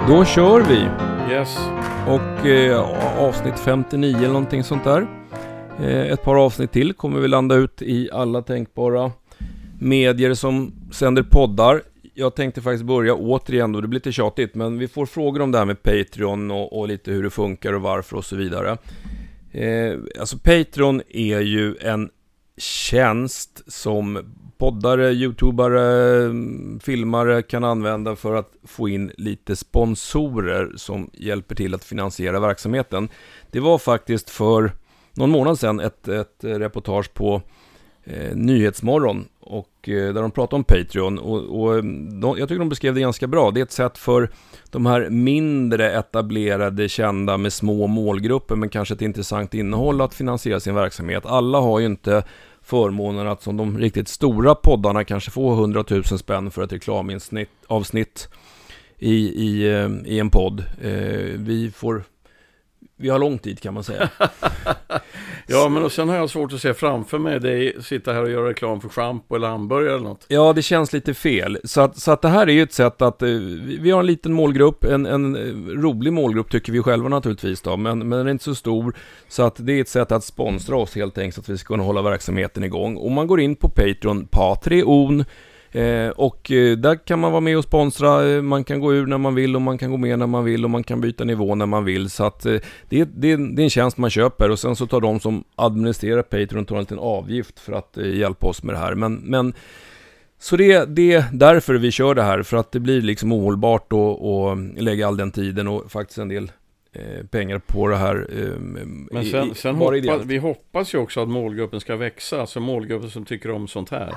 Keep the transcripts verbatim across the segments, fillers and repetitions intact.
Då kör vi. Yes. Och eh, avsnitt femtionio eller någonting sånt där. Eh, ett par avsnitt till kommer vi landa ut i alla tänkbara medier som sänder poddar. Jag tänkte faktiskt börja återigen då, det blir lite tjatigt, men vi får frågor om det här med Patreon och, och lite hur det funkar och varför och så vidare. Eh, alltså Patreon är ju en tjänst som poddare, youtubare, filmare kan använda för att få in lite sponsorer som hjälper till att finansiera verksamheten. Det var faktiskt för någon månad sedan ett, ett reportage på eh, Nyhetsmorgon och eh, där de pratade om Patreon och, och de, jag tycker de beskrev det ganska bra. Det är ett sätt för de här mindre etablerade, kända med små målgrupper men kanske ett intressant innehåll att finansiera sin verksamhet. Alla har ju inte förmånen att som de riktigt stora poddarna kanske få hundratusen spänn för ett reklamavsnitt i, i, i en podd. Eh, vi får vi har lång tid kan man säga. Ja, men och sen har jag svårt att se framför mig dig sitta här och göra reklam för shampoo eller hamburgare eller något. Ja, det känns lite fel. Så att, så att det här är ju ett sätt att eh, vi har en liten målgrupp, en, en rolig målgrupp tycker vi själva naturligtvis då, men, men den är inte så stor. Så att det är ett sätt att sponsra oss helt enkelt så att vi ska kunna hålla verksamheten igång. Om man går in på Patreon, Patreon, Eh, och eh, där kan man vara med och sponsra, eh, man kan gå ur när man vill och man kan gå med när man vill och man kan byta nivå när man vill, så att eh, det, det, det är en tjänst man köper och sen så tar de som administrerar Patreon tar en liten avgift för att eh, hjälpa oss med det här, men, men så det, det är därför vi kör det här, för att det blir liksom ohållbart att lägga all den tiden och faktiskt en del eh, pengar på det här. Eh, men sen, i, sen hoppas, vi hoppas ju också att målgruppen ska växa, alltså målgruppen som tycker om sånt här.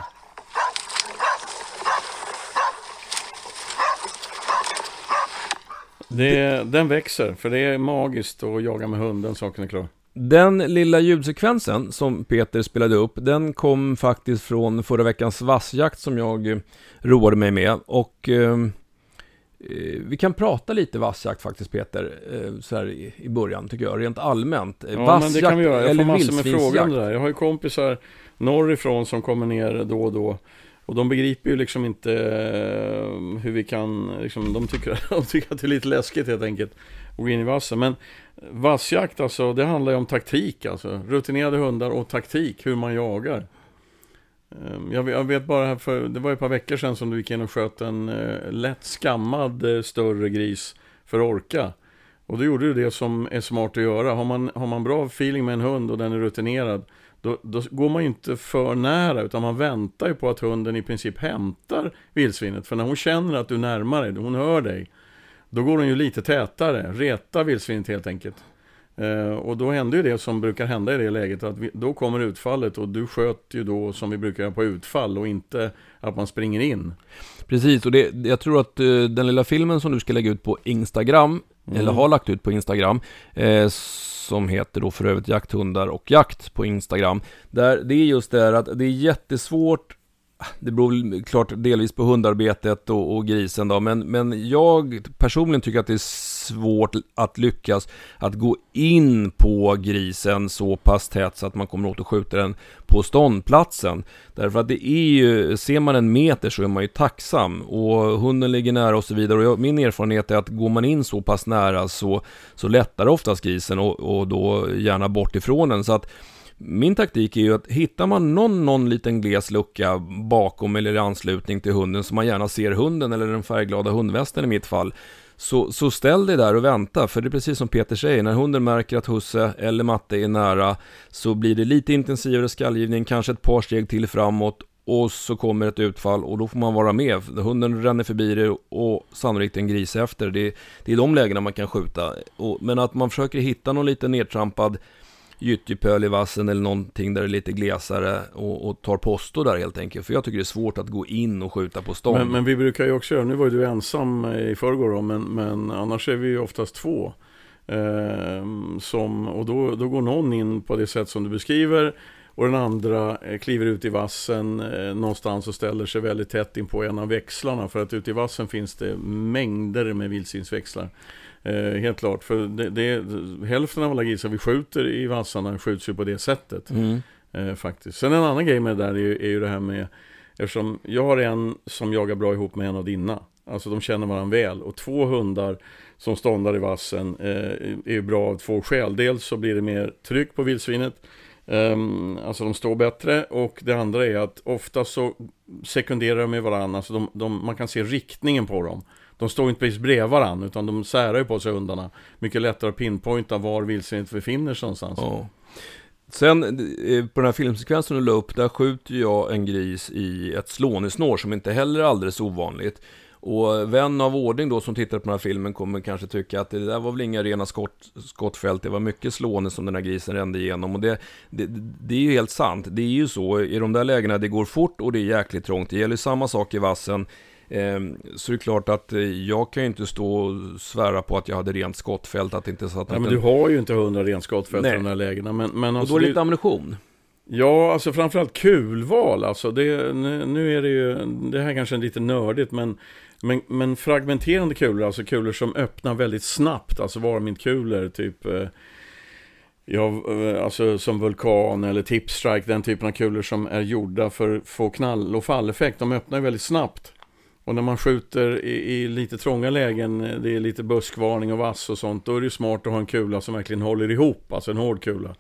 Det, den växer, för det är magiskt att jaga med hunden, saken är klar. Den lilla ljudsekvensen som Peter spelade upp, den kom faktiskt från förra veckans vassjakt som jag roade mig med. Och eh, vi kan prata lite vassjakt faktiskt, Peter, eh, så här i, i början tycker jag, rent allmänt. Ja, vassjakt, men det kan vi göra. Jag får massor med frågor om det där. Jag har ju kompisar norrifrån som kommer ner då och då. Och de begriper ju liksom inte hur vi kan, liksom, de, tycker, de tycker att det är lite läskigt helt enkelt att gå in i vassen. Men vassjakt alltså, det handlar ju om taktik alltså. Rutinerade hundar och taktik, hur man jagar. Jag vet, jag vet bara här för, det var ett par veckor sedan som du gick in och sköt en uh, lätt skammad uh, större gris för orka. Och då gjorde du det som är smart att göra. Har man, har man bra feeling med en hund och den är rutinerad, Då, då går man ju inte för nära, utan man väntar ju på att hunden i princip hämtar vildsvinet. För när hon känner att du närmar dig, hon hör dig, då går hon ju lite tätare, reta vildsvinet helt enkelt. Eh, och då händer ju det som brukar hända i det läget, att vi, då kommer utfallet och du sköt ju då som vi brukar göra på utfall och inte att man springer in. Precis, och det, jag tror att uh, den lilla filmen som du ska lägga ut på Instagram, mm. eller har lagt ut på Instagram, eh, som heter då för övrigt jakthundar och jakt på Instagram. Där det är just det här att det är jättesvårt, det beror klart delvis på hundarbetet och, och grisen då, men, men jag personligen tycker att det är svårt att lyckas att gå in på grisen så pass tätt så att man kommer åt att skjuta den på ståndplatsen. Därför att det är ju, ser man en meter så är man ju tacksam och hunden ligger nära och så vidare, och jag, min erfarenhet är att går man in så pass nära så, så lättar oftast grisen och, och då gärna bort ifrån den. Så att min taktik är ju att hittar man någon, någon liten gles lucka bakom eller i anslutning till hunden så man gärna ser hunden eller den färgglada hundvästen i mitt fall, så, så ställ dig där och vänta, för det är precis som Peter säger, när hunden märker att husse eller matte är nära så blir det lite intensivare skallgivning, kanske ett par steg till framåt och så kommer ett utfall och då får man vara med. Hunden ränner förbi det och sannolikt en gris efter. Det, det är de lägena man kan skjuta, och, men att man försöker hitta någon lite nedtrampad gyttjepöl i vassen eller någonting där det är lite glesare och, och tar posto där helt enkelt. För jag tycker det är svårt att gå in och skjuta på stånd. Men, men vi brukar ju också göra, nu var ju du ensam i förrgår då, men, men annars är vi ju oftast två. Eh, som, och då, då går någon in på det sätt som du beskriver och den andra eh, kliver ut i vassen eh, någonstans och ställer sig väldigt tätt in på en av växlarna, för att ute i vassen finns det mängder med vildsvinsväxlar. Eh, helt klart, för det, det, hälften av alla grisar vi skjuter i vassarna skjuts ju på det sättet. Mm. eh, faktiskt. Sen en annan grej med det där är ju, är ju det här med, eftersom jag har en som jagar bra ihop med en av dina, Alltså de känner varandra väl. Och två hundar som ståndar i vassen eh, är ju bra av två skäl. Dels så blir det mer tryck på vildsvinet. Um, alltså de står bättre. Och det andra är att ofta så sekunderar de med varandra. Alltså de, de, man kan se riktningen på dem. De står inte precis bredvid varandra, utan de särar ju på sig hundarna. Mycket lättare att pinpointa var vildsvinet befinner sig någonstans. Ja. Sen på den här filmsekvensen du la upp, där skjuter jag en gris i ett slånesnår som inte heller är alldeles ovanligt. Och vän av ordning då som tittar på den här filmen kommer kanske tycka att det där var väl inga rena skott, skottfält, det var mycket slåne som den här grisen rände igenom. Och det, det, det är ju helt sant, det är ju så i de där lägena, det går fort och det är jäkligt trångt. Det gäller samma sak i vassen. Så det är klart att jag kan ju inte stå och svära på att jag hade rent skottfält, att inte så att... Nej, men du har ju inte hundra rent skottfält i de här lägena. Men, men och alltså då är det lite det... ammunition. Ja, alltså framförallt kulval. Alltså det, nu är det ju, det här kanske är lite nördigt, men, men, men fragmenterande kulor, alltså kulor som öppnar väldigt snabbt, alltså varmintkulor, typ... Ja, alltså som vulkan eller tipstrike, den typen av kulor som är gjorda för att få knall- och falleffekt, de öppnar väldigt snabbt. Och när man skjuter i, i lite trånga lägen, det är lite buskvarning och vass och sånt, då är det smart att ha en kula som verkligen håller ihop, alltså en hård kula.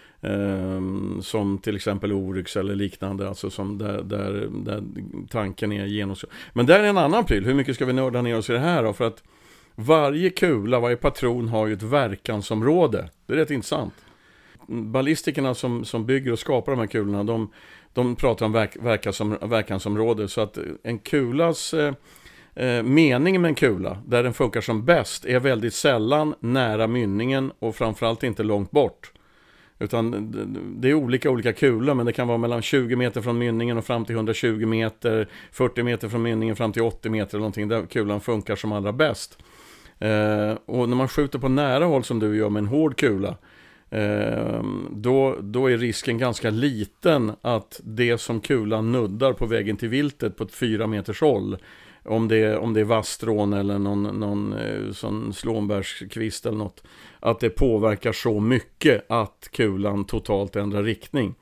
Ehm, som till exempel Oryx eller liknande, alltså som där, där, där tanken är genomsnitt. Men där är en annan pryl, hur mycket ska vi nörda ner oss i det här då? För att varje kula, varje patron har ju ett verkansområde. Det är rätt intressant. Ballistikerna som, som bygger och skapar de här kulorna, de, de pratar om verk, verkansom, verkansområde. Så att en kulas eh, mening med en kula, där den funkar som bäst, är väldigt sällan nära mynningen och framförallt inte långt bort. Utan det är olika olika kulor, men det kan vara mellan tjugo meter från mynningen och fram till hundratjugo meter, fyrtio meter från mynningen fram till åttio meter eller någonting, där kulan funkar som allra bäst. Eh, och när man skjuter på nära håll som du gör med en hård kula, eh, då, då är risken ganska liten att det som kulan nuddar på vägen till viltet på ett fyra meters håll, om det, om det är vasstrån eller någon, någon eh, sån slånbärskvist eller något, att det påverkar så mycket att kulan totalt ändrar riktning.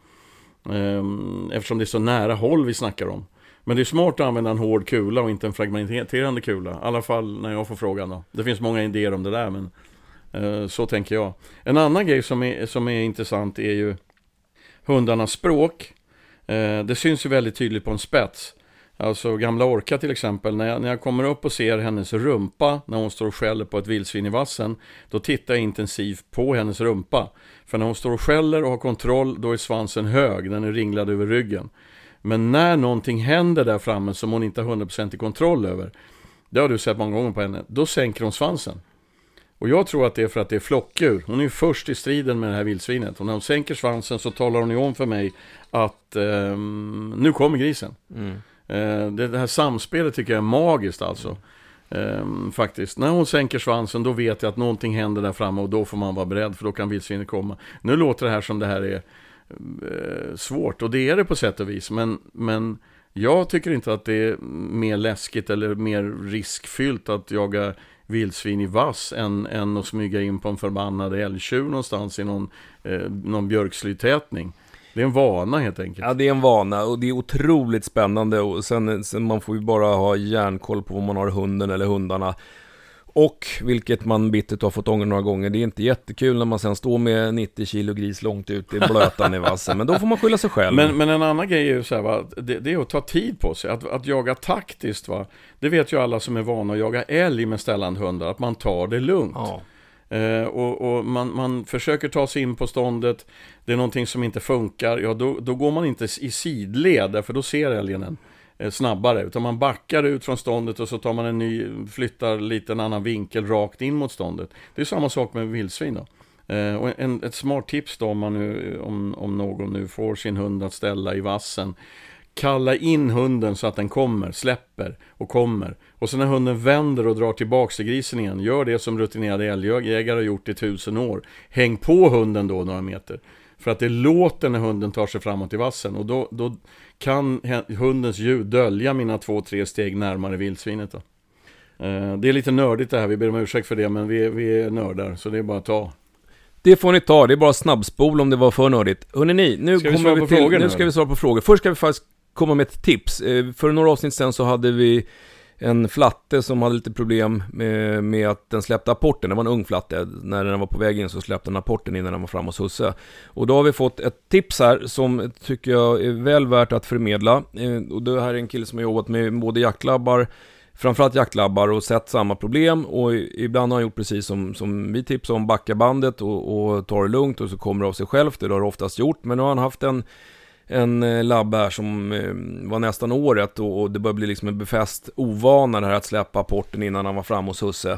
Eh, eftersom det är så nära håll vi snackar om. Men det är smart att använda en hård kula och inte en fragmenterande kula. I alla fall när jag får frågan då. Det finns många idéer om det där, men eh, så tänker jag. En annan grej som är, som är intressant är ju hundarnas språk. Eh, det syns ju väldigt tydligt på en spets. Alltså gamla Orka till exempel, när jag, när jag kommer upp och ser hennes rumpa när hon står och skäller på ett vildsvin i vassen, då tittar jag intensivt på hennes rumpa. För när hon står och skäller och har kontroll, då är svansen hög, den är ringlad över ryggen. Men när någonting händer där framme som hon inte har hundra procent i kontroll över, det har du sett många gånger på henne, då sänker hon svansen. Och jag tror att det är för att det är flockdjur. Hon är ju först i striden med det här vildsvinet. Och när hon sänker svansen så talar hon ju om för mig att um, nu kommer grisen. Mm. Uh, det, det här samspelet tycker jag är magiskt alltså. Um, faktiskt. När hon sänker svansen, då vet jag att någonting händer där framme och då får man vara beredd, för då kan vildsvinet komma. Nu låter det här som det här är uh, svårt, och det är det på sätt och vis. Men, men jag tycker inte att det är mer läskigt eller mer riskfyllt att jaga vildsvin i vass än, än att smyga in på en förbannad älgtjur någonstans i någon, eh, någon björkslytätning. Det är en vana helt enkelt. Ja, det är en vana och det är otroligt spännande, och sen, sen man får ju bara ha järnkoll på vad man har hunden eller hundarna. Och vilket man bittert har fått ångra några gånger. Det är inte jättekul när man sen står med nittio kilo gris långt ut i blötan i vassen. Men då får man skylla sig själv. Men, men en annan grej är ju så här, va? Det, det är att ta tid på sig. Att, att jaga taktiskt, va? Det vet ju alla som är vana att jaga älg med ställande hundar. Att man tar det lugnt. Ja. Eh, och och man, man försöker ta sig in på ståndet. Det är någonting som inte funkar. Ja, då, då går man inte i sidled, för då ser älgen en snabbare, utan man backar ut från ståndet och så tar man en ny, flyttar lite en annan vinkel rakt in mot ståndet. Det är samma sak med vildsvin då. Eh, och en, ett smart tips då, om, man nu, om, om någon nu får sin hund att ställa i vassen, kalla in hunden så att den kommer, släpper och kommer. Och så när hunden vänder och drar tillbaka till grisen igen, gör det som rutinerade älgjägare har gjort i tusen år. Häng på hunden då några meter. För att det låter när hunden tar sig framåt i vassen. Och då, då kan hundens ljud dölja mina två, tre steg närmare vildsvinet då. Eh, det är lite nördigt det här, vi ber om ursäkt för det, men vi, vi är nördar, så det är bara att ta. Det får ni ta, det är bara snabbspol om det var för nördigt. Hörrni ni, nu, ska vi kommer vi till, nu nu ska vi svara på frågor. Först ska vi faktiskt komma med ett tips. Eh, för några avsnitt sen så hade vi en flatte som hade lite problem med, med att den släppte apporten. Det var en ung flatte. När den var på väg in så släppte den apporten innan den var fram hos husse. Och då har vi fått ett tips här som tycker jag är väl värt att förmedla. Eh, och det här är en kille som har jobbat med både jaktlabbar, framförallt jaktlabbar, och sett samma problem. Och ibland har han gjort precis som, som vi tipsar om, backa bandet och, och tar det lugnt och så kommer det av sig självt. Det har det oftast gjort. Men nu har han haft en en labb här som eh, var nästan året och, och det börjar bli liksom en befäst ovana det här att släppa apporten innan han var fram hos husse.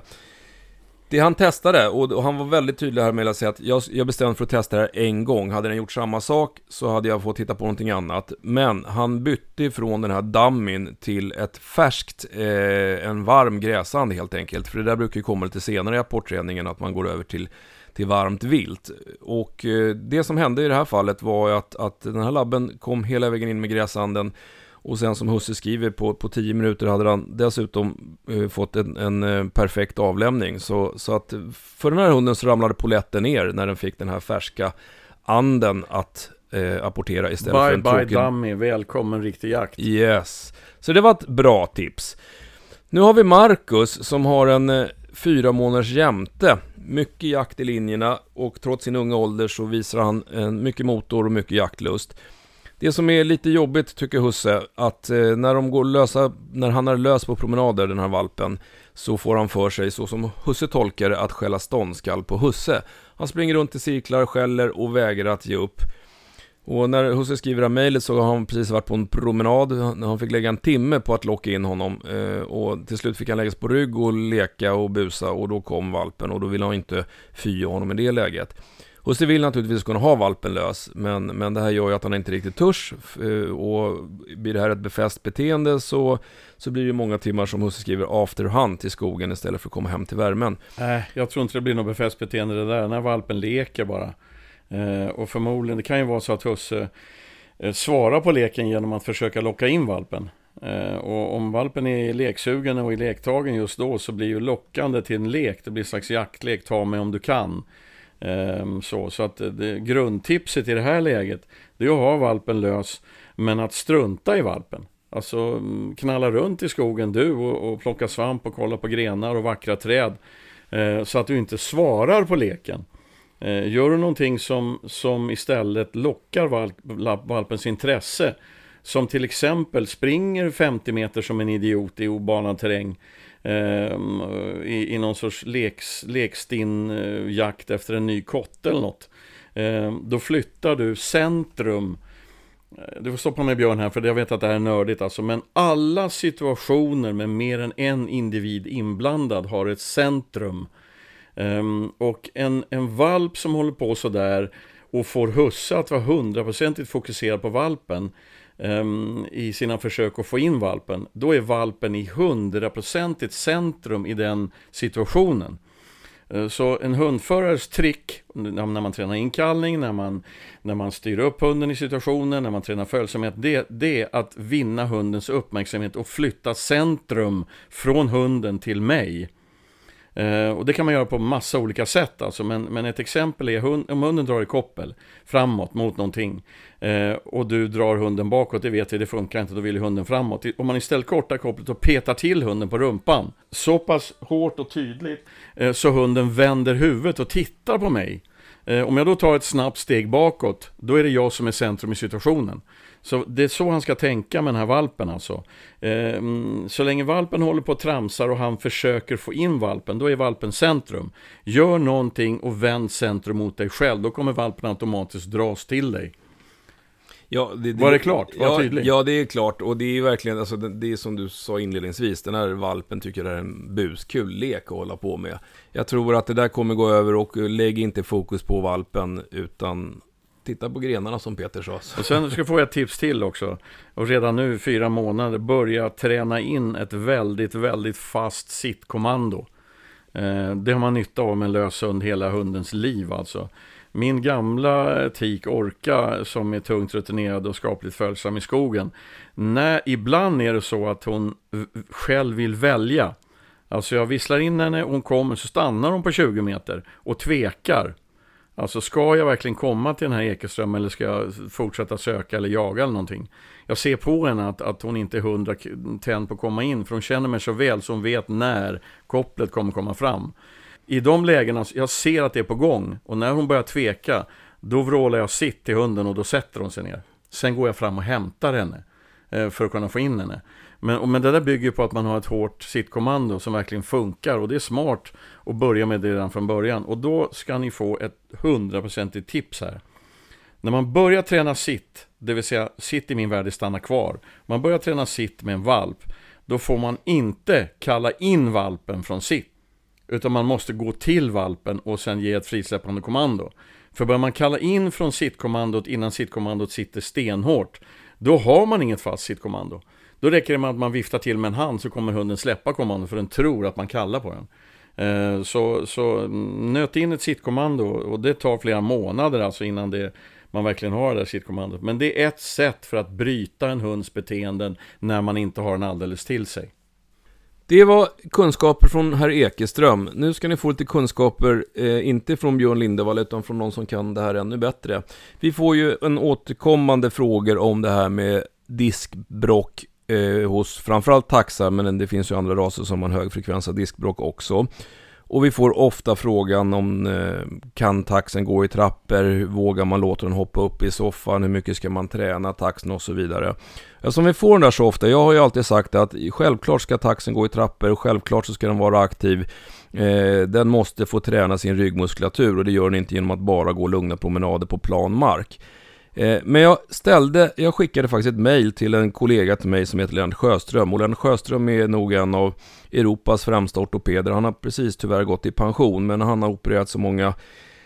Det han testade, och, och han var väldigt tydlig här med att säga att jag, jag bestämde för att testa det här en gång. Hade den gjort samma sak så hade jag fått titta på någonting annat. Men han bytte från den här dammin till ett färskt, eh, en varm gräsand helt enkelt. För det där brukar ju komma lite senare i apportträningen, att man går över till till varmt vilt. Och eh, det som hände i det här fallet var att, att den här labben kom hela vägen in med gräsanden, och sen som husse skriver på, på tio minuter hade han dessutom eh, fått en, en eh, perfekt avlämning. Så, så att för den här hunden så ramlade poletten ner när den fick den här färska anden att eh, apportera istället bye, för en bye tråkig... dummy, välkommen riktig jakt. Yes. Så det var ett bra tips. Nu har vi Marcus som har en eh, fyra månaders jämte. Mycket jakt i linjerna, och trots sin unga ålder så visar han en mycket motor och mycket jaktlust. Det som är lite jobbigt tycker husse, att eh, när de går lösa, när han är lös på promenader, den här valpen, så får han för sig, så som husse tolkar det, att skälla ståndskall på husse. Han springer runt i cirklar, skäller och vägrar att ge upp. Och när husse skriver det här mejlet så har han precis varit på en promenad. Han fick lägga en timme på att locka in honom. Eh, och till slut fick han läggas på rygg och leka och busa. Och då kom valpen. Och då ville han inte fya honom i det läget. Husse vill naturligtvis kunna ha valpen lös. Men, men det här gör ju att han inte riktigt törs. Eh, och blir det här ett befäst beteende så, så blir det många timmar som husse skriver after hunt i skogen istället för att komma hem till värmen. Nej, äh, jag tror inte det blir något befäst beteende det där. Den här valpen leker bara. Eh, och förmodligen, det kan ju vara så att husse eh, svarar på leken genom att försöka locka in valpen. Eh, och om valpen är leksugen och i lektagen just då, så blir ju lockande till en lek, det blir en slags jaktlek, ta mig om du kan. Eh, så, så att det, grundtipset i det här läget, det är att ha valpen lös, men att strunta i valpen. Alltså knalla runt i skogen du och, och plocka svamp och kolla på grenar och vackra träd. Eh, så att du inte svarar på leken. Gör du någonting som, som istället lockar valp, valpens intresse, som till exempel springer femtio meter som en idiot i obanad terräng eh, i, i någon sorts leks, lekstinn eh, jakt efter en ny kotte eller något, eh, då flyttar du centrum. Du får stoppa med Björn här, för jag vet att det här är nördigt alltså, men alla situationer med mer än en individ inblandad har ett centrum. Um, och en, en valp som håller på så där och får husse att vara hundraprocentigt fokuserad på valpen um, i sina försök att få in valpen, då är valpen i hundraprocentigt centrum i den situationen. Uh, så en hundförares trick när man tränar inkallning, när man, när man styr upp hunden i situationen, när man tränar följsamhet, det, det är att vinna hundens uppmärksamhet och flytta centrum från hunden till mig. Uh, och det kan man göra på massa olika sätt alltså, men, men ett exempel är hund, om hunden drar i koppel framåt mot någonting uh, och du drar hunden bakåt, det vet vi, det funkar inte, då vill ju hunden framåt. Om man istället kortar kopplet och petar till hunden på rumpan så pass hårt och tydligt uh, så hunden vänder huvudet och tittar på mig. Uh, om jag då tar ett snabbt steg bakåt, då är det jag som är centrum i situationen. Så det är så han ska tänka med den här valpen alltså. Eh, så länge valpen håller på och tramsar och han försöker få in valpen, då är valpen centrum. Gör någonting och vänd centrum mot dig själv, då kommer valpen automatiskt dras till dig. Ja, det, det, var det klart? Var ja, tydligt? Ja, det är klart. Och det är verkligen, alltså, det, det är som du sa inledningsvis, den här valpen tycker det är en buskul lek att hålla på med. Jag tror att det där kommer gå över, och lägg inte fokus på valpen utan titta på grenarna som Peter sa. Och sen ska jag få ett tips till också. Och redan nu, fyra månader, börja träna in ett väldigt, väldigt fast sittkommando. Eh, det har man nytta av med en lös hund hela hundens liv alltså. Min gamla tik Orka, som är tungt rutinerad och skapligt följsam i skogen, när, ibland är det så att hon själv vill välja. Alltså jag visslar in henne och hon kommer, så stannar hon på tjugo meter och tvekar. Alltså ska jag verkligen komma till den här Ekeström eller ska jag fortsätta söka eller jaga eller någonting? Jag ser på henne att, att hon inte är hundra tänd på att komma in, för hon känner mig så väl så hon vet när kopplet kommer komma fram. I de lägena, jag ser att det är på gång, och när hon börjar tveka, då vrålar jag sitt till hunden och då sätter hon sig ner. Sen går jag fram och hämtar henne eh, för att kunna få in henne. Men, men det där bygger på att man har ett hårt sittkommando som verkligen funkar, och det är smart att börja med det redan från början. Och då ska ni få ett hundraprocentigt tips här. När man börjar träna sitt, det vill säga sitt i min värld stanna kvar, man börjar träna sitt med en valp, då får man inte kalla in valpen från sitt, utan man måste gå till valpen och sen ge ett frisläppande kommando. För börjar man kalla in från sittkommandot innan sittkommandot sitter stenhårt, då har man inget fast sittkommando. Då räcker det med att man viftar till med en hand, så kommer hunden släppa kommando, för den tror att man kallar på den. Eh, så, så nöt in ett sittkommando, och det tar flera månader alltså innan det, man verkligen har det där sittkommandot. Men det är ett sätt för att bryta en hunds beteenden när man inte har den alldeles till sig. Det var kunskaper från herr Ekeström. Nu ska ni få lite kunskaper, eh, inte från Björn Lindevall utan från någon som kan det här ännu bättre. Vi får ju en återkommande frågor om det här med diskbrock eh, hos framförallt taxar, men det finns ju andra raser som har en hög frekvens av diskbrock också. Och vi får ofta frågan om eh, kan taxen gå i trappor, hur vågar man låta den hoppa upp i soffan, hur mycket ska man träna taxen och så vidare. Ja, som vi får den där så ofta, jag har ju alltid sagt att självklart ska taxen gå i trappor och självklart så ska den vara aktiv. Eh, den måste få träna sin ryggmuskulatur, och det gör den inte genom att bara gå lugna promenader på plan mark. Eh, men jag ställde, jag skickade faktiskt ett mejl till en kollega till mig som heter Lennart Sjöström, och Lennart Sjöström är nog en av Europas främsta ortopeder. Han har precis tyvärr gått i pension, men han har opererat så många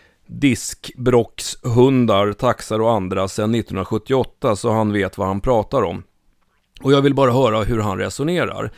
diskbrockshundar, taxar och andra sedan nittonhundrasjuttioåtta, så han vet vad han pratar om. Och jag vill bara höra hur han resonerar.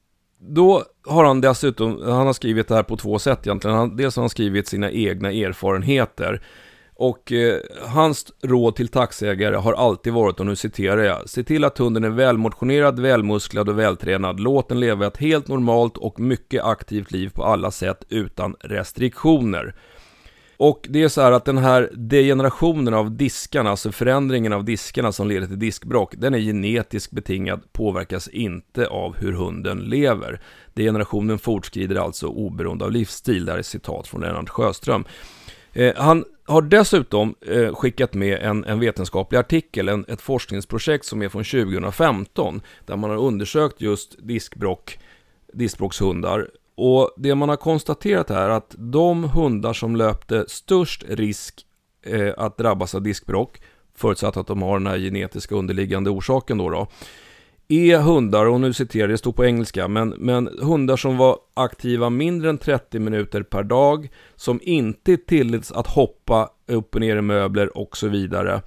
Då har han dessutom, han har skrivit det här på två sätt egentligen. Han, dels har han skrivit sina egna erfarenheter. Och eh, hans råd till taxägare har alltid varit, och nu citerar jag: se till att hunden är välmotionerad, välmusklad och vältränad. Låt den leva ett helt normalt och mycket aktivt liv på alla sätt utan restriktioner. Och det är så här att den här degenerationen av diskarna, alltså förändringen av diskarna som leder till diskbrock, den är genetiskt betingad, påverkas inte av hur hunden lever. Degenerationen fortskrider alltså oberoende av livsstil. Där är citat från Lennart Sjöström. Eh, han har dessutom eh, skickat med en, en vetenskaplig artikel, en, ett forskningsprojekt som är från tjugohundrafemton, där man har undersökt just diskbrock, diskbrockshundar. Och det man har konstaterat här är att de hundar som löpte störst risk eh, att drabbas av diskbrock, förutsatt att de har den här genetiska underliggande orsaken då då, är hundar, och nu citerar det, står på engelska, men, men hundar som var aktiva mindre än trettio minuter per dag, som inte tillåts att hoppa upp och ner i möbler och så vidare.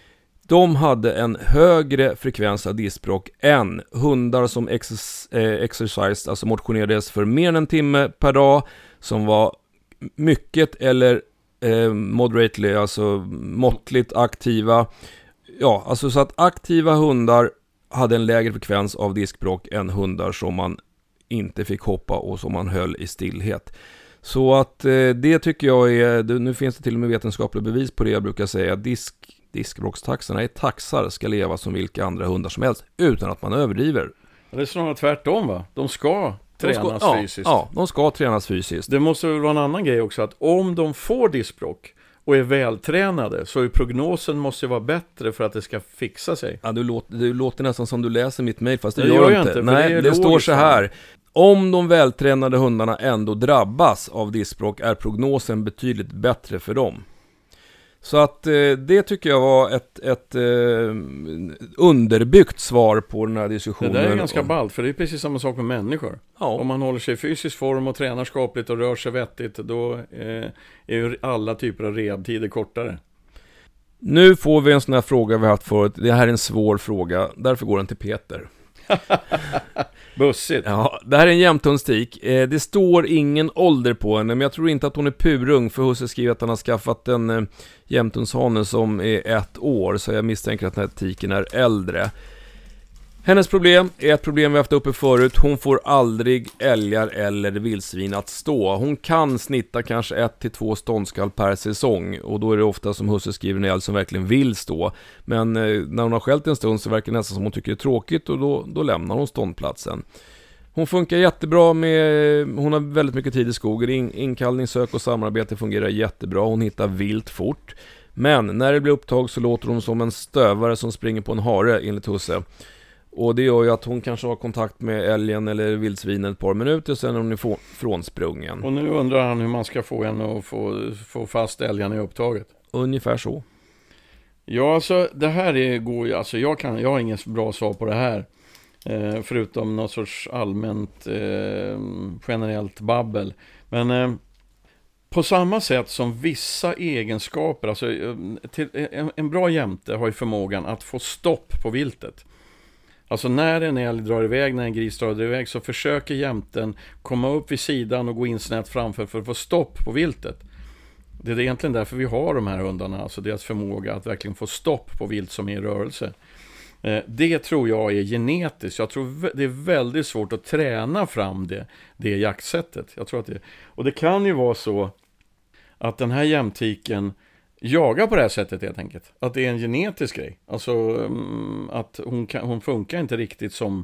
De hade en högre frekvens av diskbråck än hundar som ex- eh, exercised, alltså motionerades för mer än en timme per dag, som var mycket eller eh, moderately, alltså måttligt aktiva. Ja, alltså så att aktiva hundar hade en lägre frekvens av diskbråck än hundar som man inte fick hoppa och som man höll i stillhet. Så att eh, det tycker jag är, nu finns det till och med vetenskapliga bevis på det. Jag brukar säga disk, diskbråckstaxarna är taxar, ska leva som vilka andra hundar som helst utan att man överdriver. Det är snarare tvärtom, va? De ska tränas de ska, fysiskt. Ja, ja, de ska tränas fysiskt. Det måste väl vara en annan grej också, att om de får diskbråck och är vältränade, så är prognosen måste vara bättre för att det ska fixa sig. Ja, du låter, du låter nästan som du läser mitt mejl, fast det, det gör, gör jag inte. inte. Nej, det, det står så här: om de vältränade hundarna ändå drabbas av diskbråck är prognosen betydligt bättre för dem. Så att eh, det tycker jag var ett, ett eh, underbyggt svar på den här diskussionen. Det där är ganska ballt, för det är precis samma sak med människor. Ja. Om man håller sig i fysisk form och tränar skapligt och rör sig vettigt, då eh, är ju alla typer av rehabtider kortare. Nu får vi en sån här fråga vi har haft förut. Det här är en svår fråga, därför går den till Peter. Bussigt. Ja, det här är en jämthundstik. eh, Det står ingen ålder på henne, men jag tror inte att hon är purung, för husse skriver att han har skaffat en eh, jämthundshane som är ett år, så jag misstänker att den här tiken är äldre. Hennes problem är ett problem vi haft uppe förut. Hon får aldrig älgar eller vildsvin att stå. Hon kan snitta kanske ett till två ståndskall per säsong. Och då är det ofta som husse skriver en älg som verkligen vill stå. Men eh, när hon har skällt en stund så verkar det nästan som hon tycker det är tråkigt. Och då, då lämnar hon ståndplatsen. Hon funkar jättebra med, hon har väldigt mycket tid i skogen. In, inkallning, sök och samarbete fungerar jättebra. Hon hittar vilt fort. Men när det blir upptag så låter hon som en stövare som springer på en hare enligt husse. Och det gör ju att hon kanske har kontakt med älgen eller vildsvinen ett par minuter, sen är hon är frånsprungen. Och nu undrar han hur man ska få henne att få, få fast älgen i upptaget. Ungefär så. Ja, alltså det här är, går ju, alltså jag, kan, jag har inget bra svar på det här. Eh, förutom något sorts allmänt eh, generellt babbel. Men eh, på samma sätt som vissa egenskaper, alltså till, en, en bra jämte har ju förmågan att få stopp på viltet. Alltså när en älg drar iväg, när en gris drar iväg, så försöker jämten komma upp vid sidan och gå in snett framför för att få stopp på viltet. Det är egentligen därför vi har de här hundarna, alltså deras förmåga att verkligen få stopp på vilt som är i rörelse. Det tror jag är genetiskt. Jag tror det är väldigt svårt att träna fram det, det jaktsättet. Jag tror att det, och det kan ju vara så att den här jämtiken jagar på det här sättet helt enkelt. Att det är en genetisk grej. Alltså att hon, kan, hon funkar inte riktigt som,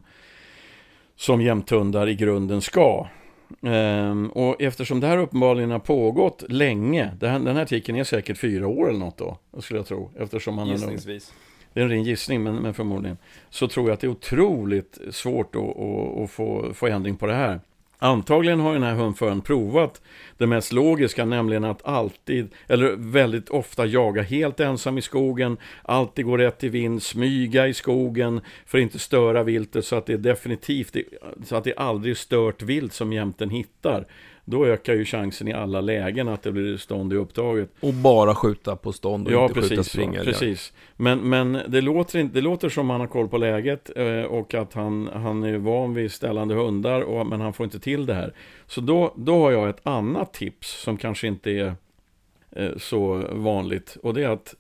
som jämthundar i grunden ska. Um, och eftersom det här uppenbarligen har pågått länge, det här, den här tiken är säkert fyra år eller något då, skulle jag tro. Eftersom man Gissningsvis. Det är en ren gissning, men, men förmodligen. Så tror jag att det är otroligt svårt att, att, att få, få ändring på det här. Antagligen har den här hundföraren provat det mest logiska, nämligen att alltid, eller väldigt ofta jaga helt ensam i skogen, alltid gå rätt i vind, smyga i skogen för att inte störa viltet, så att det är definitivt, så att det aldrig stört vilt som jämten hittar. Då ökar ju chansen i alla lägen att det blir stånd i upptaget. Och bara skjuta på stånd och ja, inte precis, skjuta springa. Ja, precis. Men, men det, låter inte, det låter som han har koll på läget eh, och att han, han är van vid ställande hundar, och, men han får inte till det här. Så då, då har jag ett annat tips som kanske inte är eh, så vanligt. Och det är att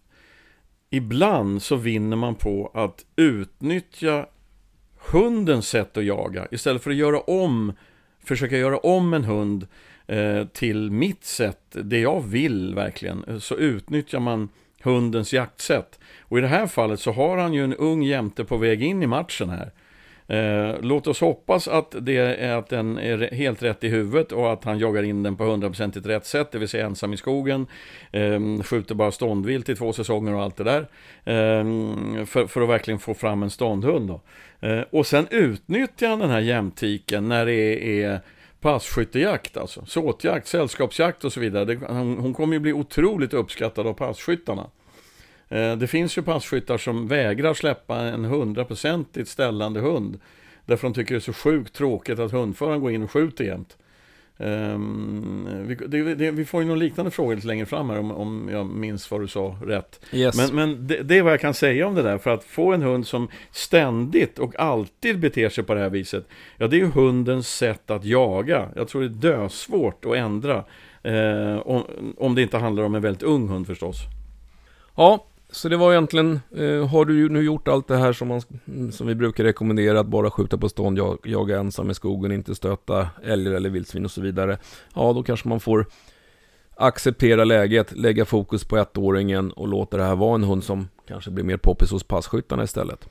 ibland så vinner man på att utnyttja hundens sätt att jaga istället för att göra om försöka göra om en hund eh, till mitt sätt, det jag vill verkligen, så utnyttjar man hundens jaktsätt. Och i det här fallet så har han ju en ung jämte på väg in i matchen här. Eh, låt oss hoppas att, det är, att den är helt rätt i huvudet och att han jagar in den på hundra procent rätt sätt, det vill säga ensam i skogen, eh, skjuter bara ståndvilt i två säsonger och allt det där, eh, för, för att verkligen få fram en ståndhund då. Eh, och sen utnyttjar han den här jämtiken när det är passkyttejakt, alltså såtjakt, sällskapsjakt och så vidare. Det, hon, hon kommer ju bli otroligt uppskattad av passkyttarna. Det finns ju passkyttar som vägrar släppa en hundraprocentigt ställande hund därför de tycker det är så sjukt tråkigt att hundföraren går in och skjuter jämt. Um, vi, det, det, vi får ju någon liknande fråga lite längre fram här om, om jag minns vad du sa rätt. Yes. Men, men det, det är vad jag kan säga om det där. För att få en hund som ständigt och alltid beter sig på det här viset, ja, det är ju hundens sätt att jaga. Jag tror det är dösvårt att ändra eh, om, om det inte handlar om en väldigt ung hund förstås. Ja, så det var egentligen, eh, har du ju nu gjort allt det här som, man, som vi brukar rekommendera, att bara skjuta på stånd, jag, jaga ensam i skogen, inte stöta älgar eller vildsvin och så vidare. Ja, då kanske man får acceptera läget, lägga fokus på ettåringen och låta det här vara en hund som kanske blir mer poppis hos passkyttarna istället.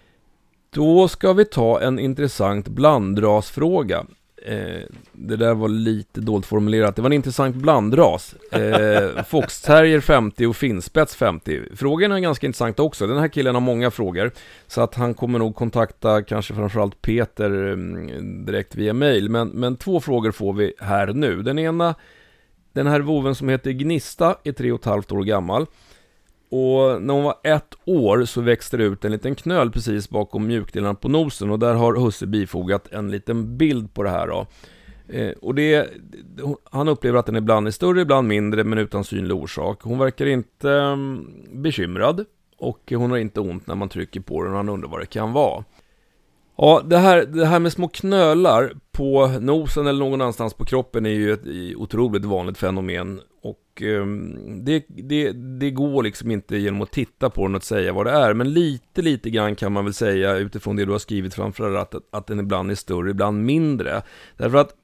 Då ska vi ta en intressant blandrasfråga. Eh, det där var lite dåligt formulerat. Det var en intressant blandras. eh, Fox Terrier femtio och Finspets femtio. Frågorna är ganska intressant också. Den här killen har många frågor, så att han kommer nog kontakta kanske framförallt Peter mm, direkt via mail. Men, men två frågor får vi här nu. Den ena, den här voven som heter Gnista, är tre och ett halvt år gammal. Och när hon var ett år så växte det ut en liten knöl precis bakom mjukdelarna på nosen. Och där har husse bifogat en liten bild på det här då. Eh, och det, han upplever att den ibland är större, ibland mindre, men utan synlig orsak. Hon verkar inte um, bekymrad. Och hon har inte ont när man trycker på den, och han undrar vad det kan vara. Ja, det här, det här med små knölar på nosen eller någon annanstans på kroppen är ju ett otroligt vanligt fenomen. Och och eh, det, det, det går liksom inte genom att titta på den och säga vad det är. Men lite, lite grann kan man väl säga utifrån det du har skrivit framförallt att, att den ibland är större, ibland mindre. Därför att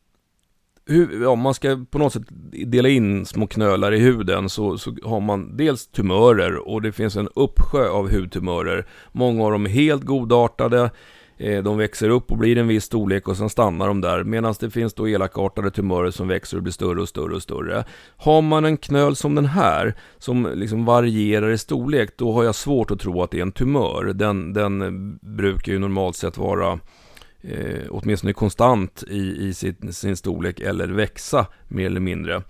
hur, ja, man ska på något sätt dela in små knölar i huden så, så har man dels tumörer och det finns en uppsjö av hudtumörer. Många av dem är helt godartade. De växer upp och blir en viss storlek och sen stannar de där. Medan det finns då elakartade tumörer som växer och blir större och större och större. Har man en knöl som den här, som liksom varierar i storlek, då har jag svårt att tro att det är en tumör. Den, den brukar ju normalt sett vara eh, åtminstone konstant i, i sin, sin storlek eller växa mer eller mindre.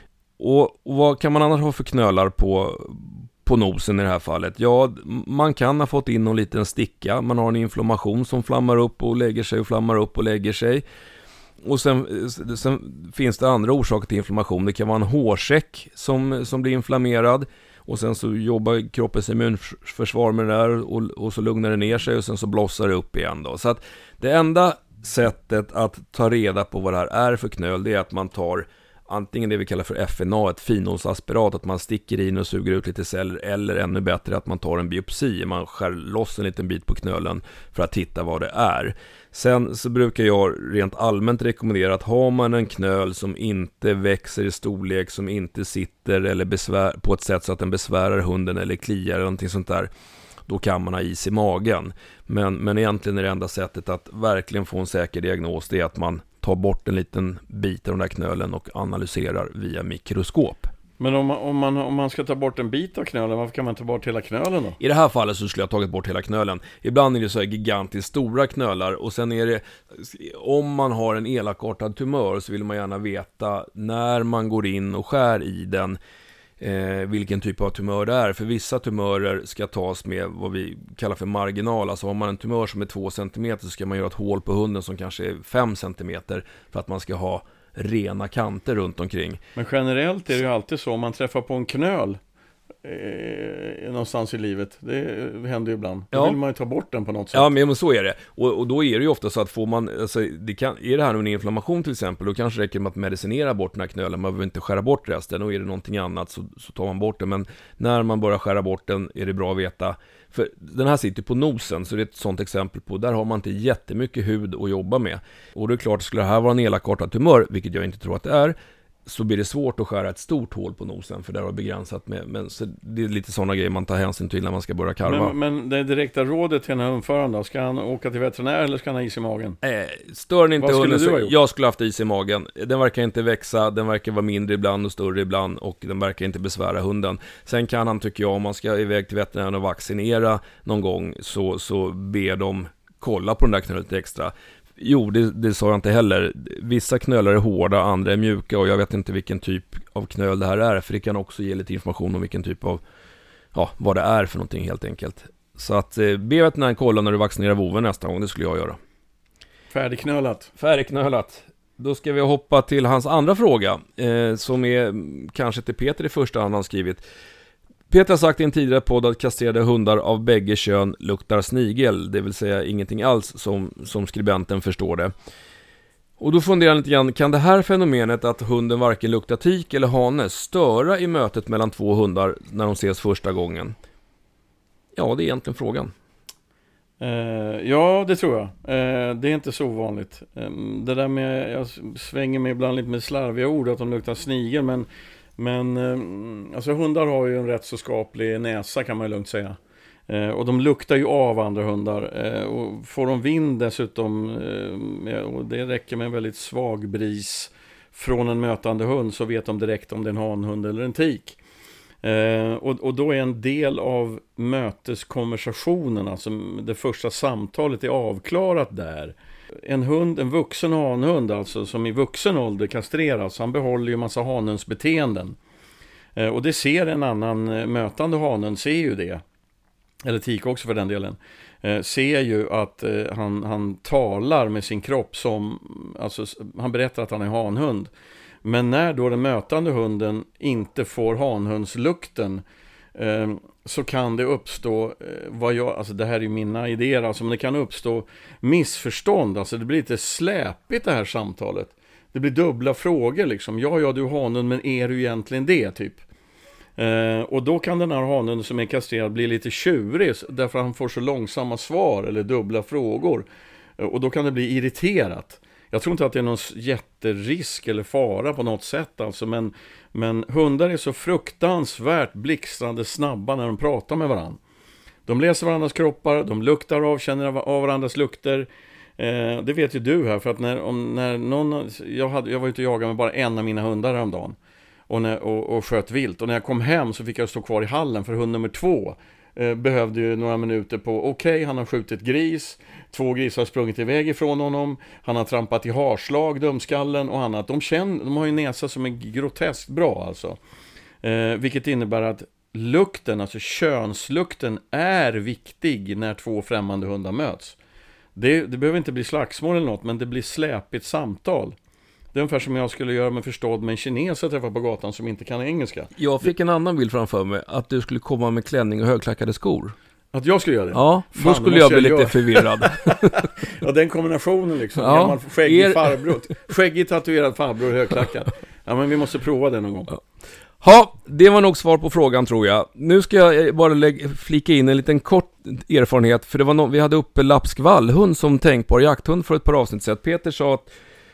Och, och vad kan man annars ha för knölar på på nosen i det här fallet? Ja, man kan ha fått in någon liten sticka. Man har en inflammation som flammar upp och lägger sig och flammar upp och lägger sig. Och sen, sen finns det andra orsaker till inflammation. Det kan vara en hårsäck som, som blir inflammerad. Och sen så jobbar kroppens immunförsvar med det där och, och så lugnar det ner sig och sen så blossar det upp igen då. Så att det enda sättet att ta reda på vad det här är för knöl, det är att man tar antingen det vi kallar för F N A, ett finhålsaspirat, att man sticker in och suger ut lite celler, eller ännu bättre att man tar en biopsi, man skär loss en liten bit på knölen för att titta vad det är. Sen så brukar jag rent allmänt rekommendera att har man en knöl som inte växer i storlek, som inte sitter eller besvär, på ett sätt så att den besvärar hunden eller kliar eller någonting sånt där, då kan man ha is i magen. Men, men egentligen är det enda sättet att verkligen få en säker diagnos, det är att man tar bort en liten bit av den där knölen och analyserar via mikroskop. Men om man, om, man, om man ska ta bort en bit av knölen, varför kan man ta bort hela knölen då? I det här fallet så skulle jag ha tagit bort hela knölen. Ibland är det så här gigantiskt stora knölar och sen är det, om man har en elakartad tumör så vill man gärna veta när man går in och skär i den, Eh, vilken typ av tumör det är. För vissa tumörer ska tas med vad vi kallar för marginal. Alltså har man en tumör som är två centimeter så ska man göra ett hål på hunden som kanske är fem centimeter för att man ska ha rena kanter runt omkring. Men generellt är det ju alltid så, om man träffar på en knöl eh, någonstans i livet, det händer ju ibland. Då ja. vill man ju ta bort den på något sätt. Ja, men så är det. Och, och då är det ju ofta så att får man, alltså, det kan, är det här en inflammation till exempel, då kanske det räcker med att medicinera bort den här knölen. Man behöver inte skära bort resten, och är det någonting annat så, så tar man bort det. Men när man börjar skära bort den är det bra att veta. För den här sitter på nosen, så det är ett sånt exempel på, där har man inte jättemycket hud att jobba med. Och det är klart, skulle det här vara en elakartad tumör, vilket jag inte tror att det är, så blir det svårt att skära ett stort hål på nosen, för det har begränsat med, men så det är lite sådana grejer man tar hänsyn till när man ska börja karva. Men, men det direkta rådet till den här undföraren, ska han åka till veterinär eller ska han ha is i magen? Eh, stör inte hunden, så jag skulle haft is i magen. Den verkar inte växa, den verkar vara mindre ibland och större ibland, och den verkar inte besvära hunden. Sen kan han, tycker jag, om man ska iväg till veterinären och vaccinera någon gång, så, så ber de kolla på den där knölen lite extra. Jo, det, det sa jag inte heller. Vissa knölar är hårda, andra är mjuka, och jag vet inte vilken typ av knöl det här är, för det kan också ge lite information om vilken typ av, ja, vad det är för någonting helt enkelt. Så att eh, be veterinären kolla när du vaccinerar voven nästa gång, det skulle jag göra. Färdigknölat. Färdigknölat. Då ska vi hoppa till hans andra fråga, eh, som är kanske till Peter i första hand han skrivit. Peter har sagt i en tidigare podd att kastrerade hundar av bägge kön luktar snigel, det vill säga ingenting alls som, som skribenten förstår det. Och då funderar jag lite grann, kan det här fenomenet att hunden varken luktar tik eller hane störa i mötet mellan två hundar när de ses första gången? Ja, det är egentligen frågan. Uh, ja, det tror jag. Uh, det är inte så vanligt. Um, det där med, jag svänger mig ibland lite med slarviga ord att de luktar snigel, men Men eh, alltså hundar har ju en rätt så skaplig näsa, kan man ju lugnt säga. Eh, och de luktar ju av andra hundar. Eh, och får de vind dessutom, eh, och det räcker med en väldigt svag bris från en mötande hund, så vet de direkt om det är en hanhund eller en tik. Eh, och, och då är en del av möteskonversationen, alltså det första samtalet, är avklarat där. En hund, en vuxen hanhund alltså, som i vuxen ålder kastreras, han behåller ju massa hanhunds beteenden. Eh, och det ser en annan eh, mötande hanhund, ser ju det. Eller tik också för den delen. Eh, ser ju att eh, han, han talar med sin kropp som, alltså han berättar att han är hanhund. Men när då den mötande hunden inte får hanhundslukten, eh, så kan det uppstå, eh, vad jag, alltså det här är mina idéer, alltså, men det kan uppstå missförstånd, alltså det blir lite släpigt det här samtalet. det blir dubbla frågor liksom. Ja, ja, du är hanen, men är du egentligen det, typ? Eh, och då kan den här hanen som är kastrerad bli lite tjurig, därför att han får så långsamma svar eller dubbla frågor. Eh, och då kan det bli irriterat. Jag tror inte att det är någon jätterisk eller fara på något sätt alltså, men, men hundar är så fruktansvärt blixtrande snabba när de pratar med varandra. De läser varandras kroppar, de luktar av, känner av varandras lukter. Eh, det vet ju du här, för att när, om, när någon, jag, hade, jag var ute och jagade med bara en av mina hundar häromdagen och, när, och, och sköt vilt. Och när jag kom hem så fick jag stå kvar i hallen, för hund nummer två eh, behövde ju några minuter på, okej, okay, han har skjutit gris, två grisar har sprungit iväg ifrån honom, han har trampat i harslag, dumskallen och annat. De, känner, de har ju en näsa som är groteskt bra alltså. Eh, vilket innebär att lukten, alltså könslukten, är viktig när två främmande hundar möts. Det, det behöver inte bli slagsmål eller något, men det blir släpigt samtal. Det är ungefär som jag skulle göra med förstådd med en kines jag träffar på gatan som inte kan engelska. Jag fick en annan bild framför mig, att du skulle komma med klänning och högklackade skor. Att jag skulle göra det? Ja, då Fan, skulle jag bli jag lite göra. förvirrad. Ja, den kombinationen liksom. Ja, gammal skäggig er... farbror. Skäggig tatuerad farbror och högklackad. Ja, men vi måste prova det någon gång. Ja. Ja, det var nog svar på frågan, tror jag. Nu ska jag bara lägga, flika in en liten kort erfarenhet. För det var no- vi hade uppe lapsk vallhund som tänkbar jakthund för ett par avsnitt sedan. Peter sa att,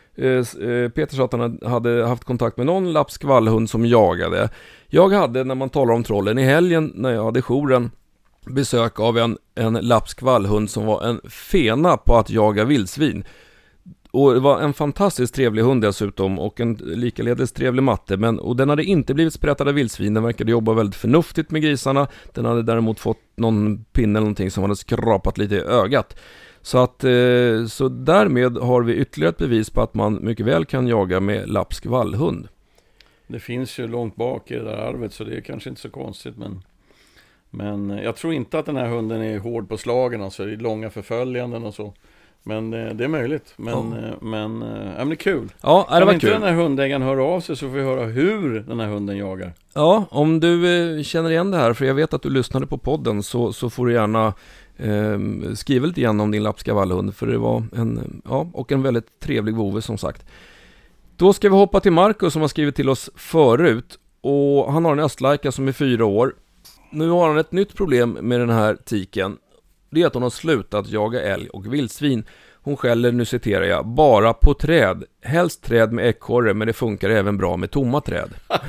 eh, Peter sa att han hade haft kontakt med någon lapsk vallhund som jagade. Jag hade, när man talar om trollen, i helgen när jag hade jouren, besök av en, en lapsk vallhund som var en fena på att jaga vildsvin. Och det var en fantastiskt trevlig hund dessutom, och en likaledes trevlig matte, men, och den hade inte blivit sprättad av vildsvin. Den verkade jobba väldigt förnuftigt med grisarna. Den hade däremot fått någon pinne eller någonting som hade skrapat lite i ögat. Så att eh, så därmed har vi ytterligare ett bevis på att man mycket väl kan jaga med lapsk vallhund. Det finns ju långt bak i det där arvet, så det är kanske inte så konstigt, men men jag tror inte att den här hunden är hård på slagen, alltså i långa förföljanden och så. Men eh, det är möjligt. Men, oh. eh, men, eh, ja, men det är kul. Ja, det kan var inte kul. Den här hundägaren höra av sig, så får vi höra hur den här hunden jagar. Ja, om du eh, känner igen det här, för jag vet att du lyssnade på podden, så, så får du gärna eh, skriva lite igen om din lapska vallhund. För det var en, ja, och en väldigt trevlig vove som sagt. Då ska vi hoppa till Marcus som har skrivit till oss förut. Och han har en östlaika som är fyra år. Nu har han ett nytt problem med den här tiken. Det är att hon har slutat jaga älg och vildsvin. Hon skäller, nu citerar jag, bara på träd. Helst träd med ekorre, men det funkar även bra med tomma träd.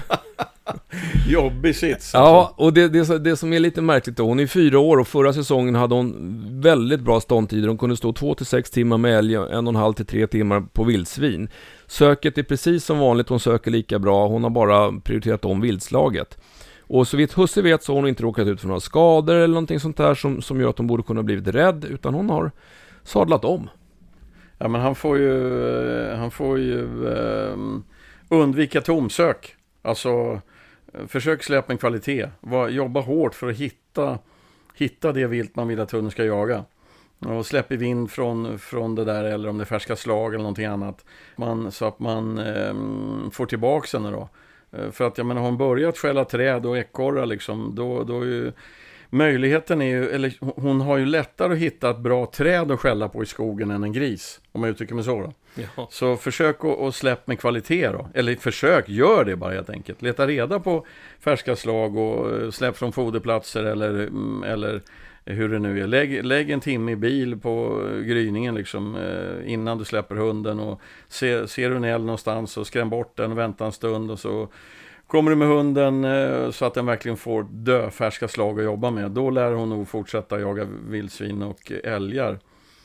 Jobbig sits. Ja, och det, det, det som är lite märkligt då, hon är fyra år och förra säsongen hade hon väldigt bra ståndtider. Hon kunde stå två till sex timmar med älg, en och en halv till tre timmar på vildsvin. Söket är precis som vanligt, hon söker lika bra. Hon har bara prioriterat om vildslaget. Och så vitt husse vet så har hon inte råkat ut för några skador eller någonting sånt där som, som gör att hon borde kunna blivit rädd, utan hon har sadlat om. Ja, men han får ju han får ju um, undvika tomsök. Alltså försök släppa en kvalitet. Var, jobba hårt för att hitta hitta det vilt man vill att hunden ska jaga. Och släpp i vind från, från det där, eller om det är färska slag eller någonting annat. Man, så att man um, får tillbaka henne då. För att jag menar, har hon börjat skälla träd och ekorrar liksom, då, då är ju möjligheten är ju, eller hon har ju lättare att hitta ett bra träd att skälla på i skogen än en gris, om jag uttrycker mig så då. Ja. Så försök att, att släppa med kvalitet då, eller försök, gör det bara helt enkelt. Leta reda på färska slag och släpp från foderplatser eller, eller hur det nu är. Lägg, lägg en timme i bil på gryningen liksom, eh, innan du släpper hunden, och se, ser du en älg någonstans och skräm bort den och vänta en stund, och så kommer du med hunden eh, så att den verkligen får dö färska slag att jobba med. Då lär hon nog fortsätta jaga vildsvin och älgar.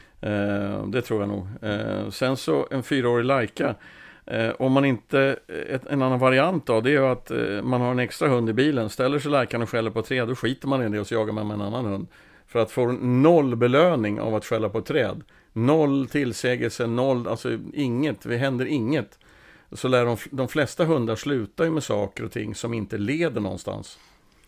Eh, det tror jag nog. Eh, sen så en fyraårig lajka. Eh, om man inte, ett, en annan variant då, det är ju att eh, man har en extra hund i bilen, ställer sig lajkan och skäller på ett träd, då skiter man i det och så jagar man med en annan hund. För att få noll belöning av att skälla på ett träd. Noll tillsägelse, noll, alltså inget, det händer inget. Så lär de, de flesta hundar sluta ju med saker och ting som inte leder någonstans.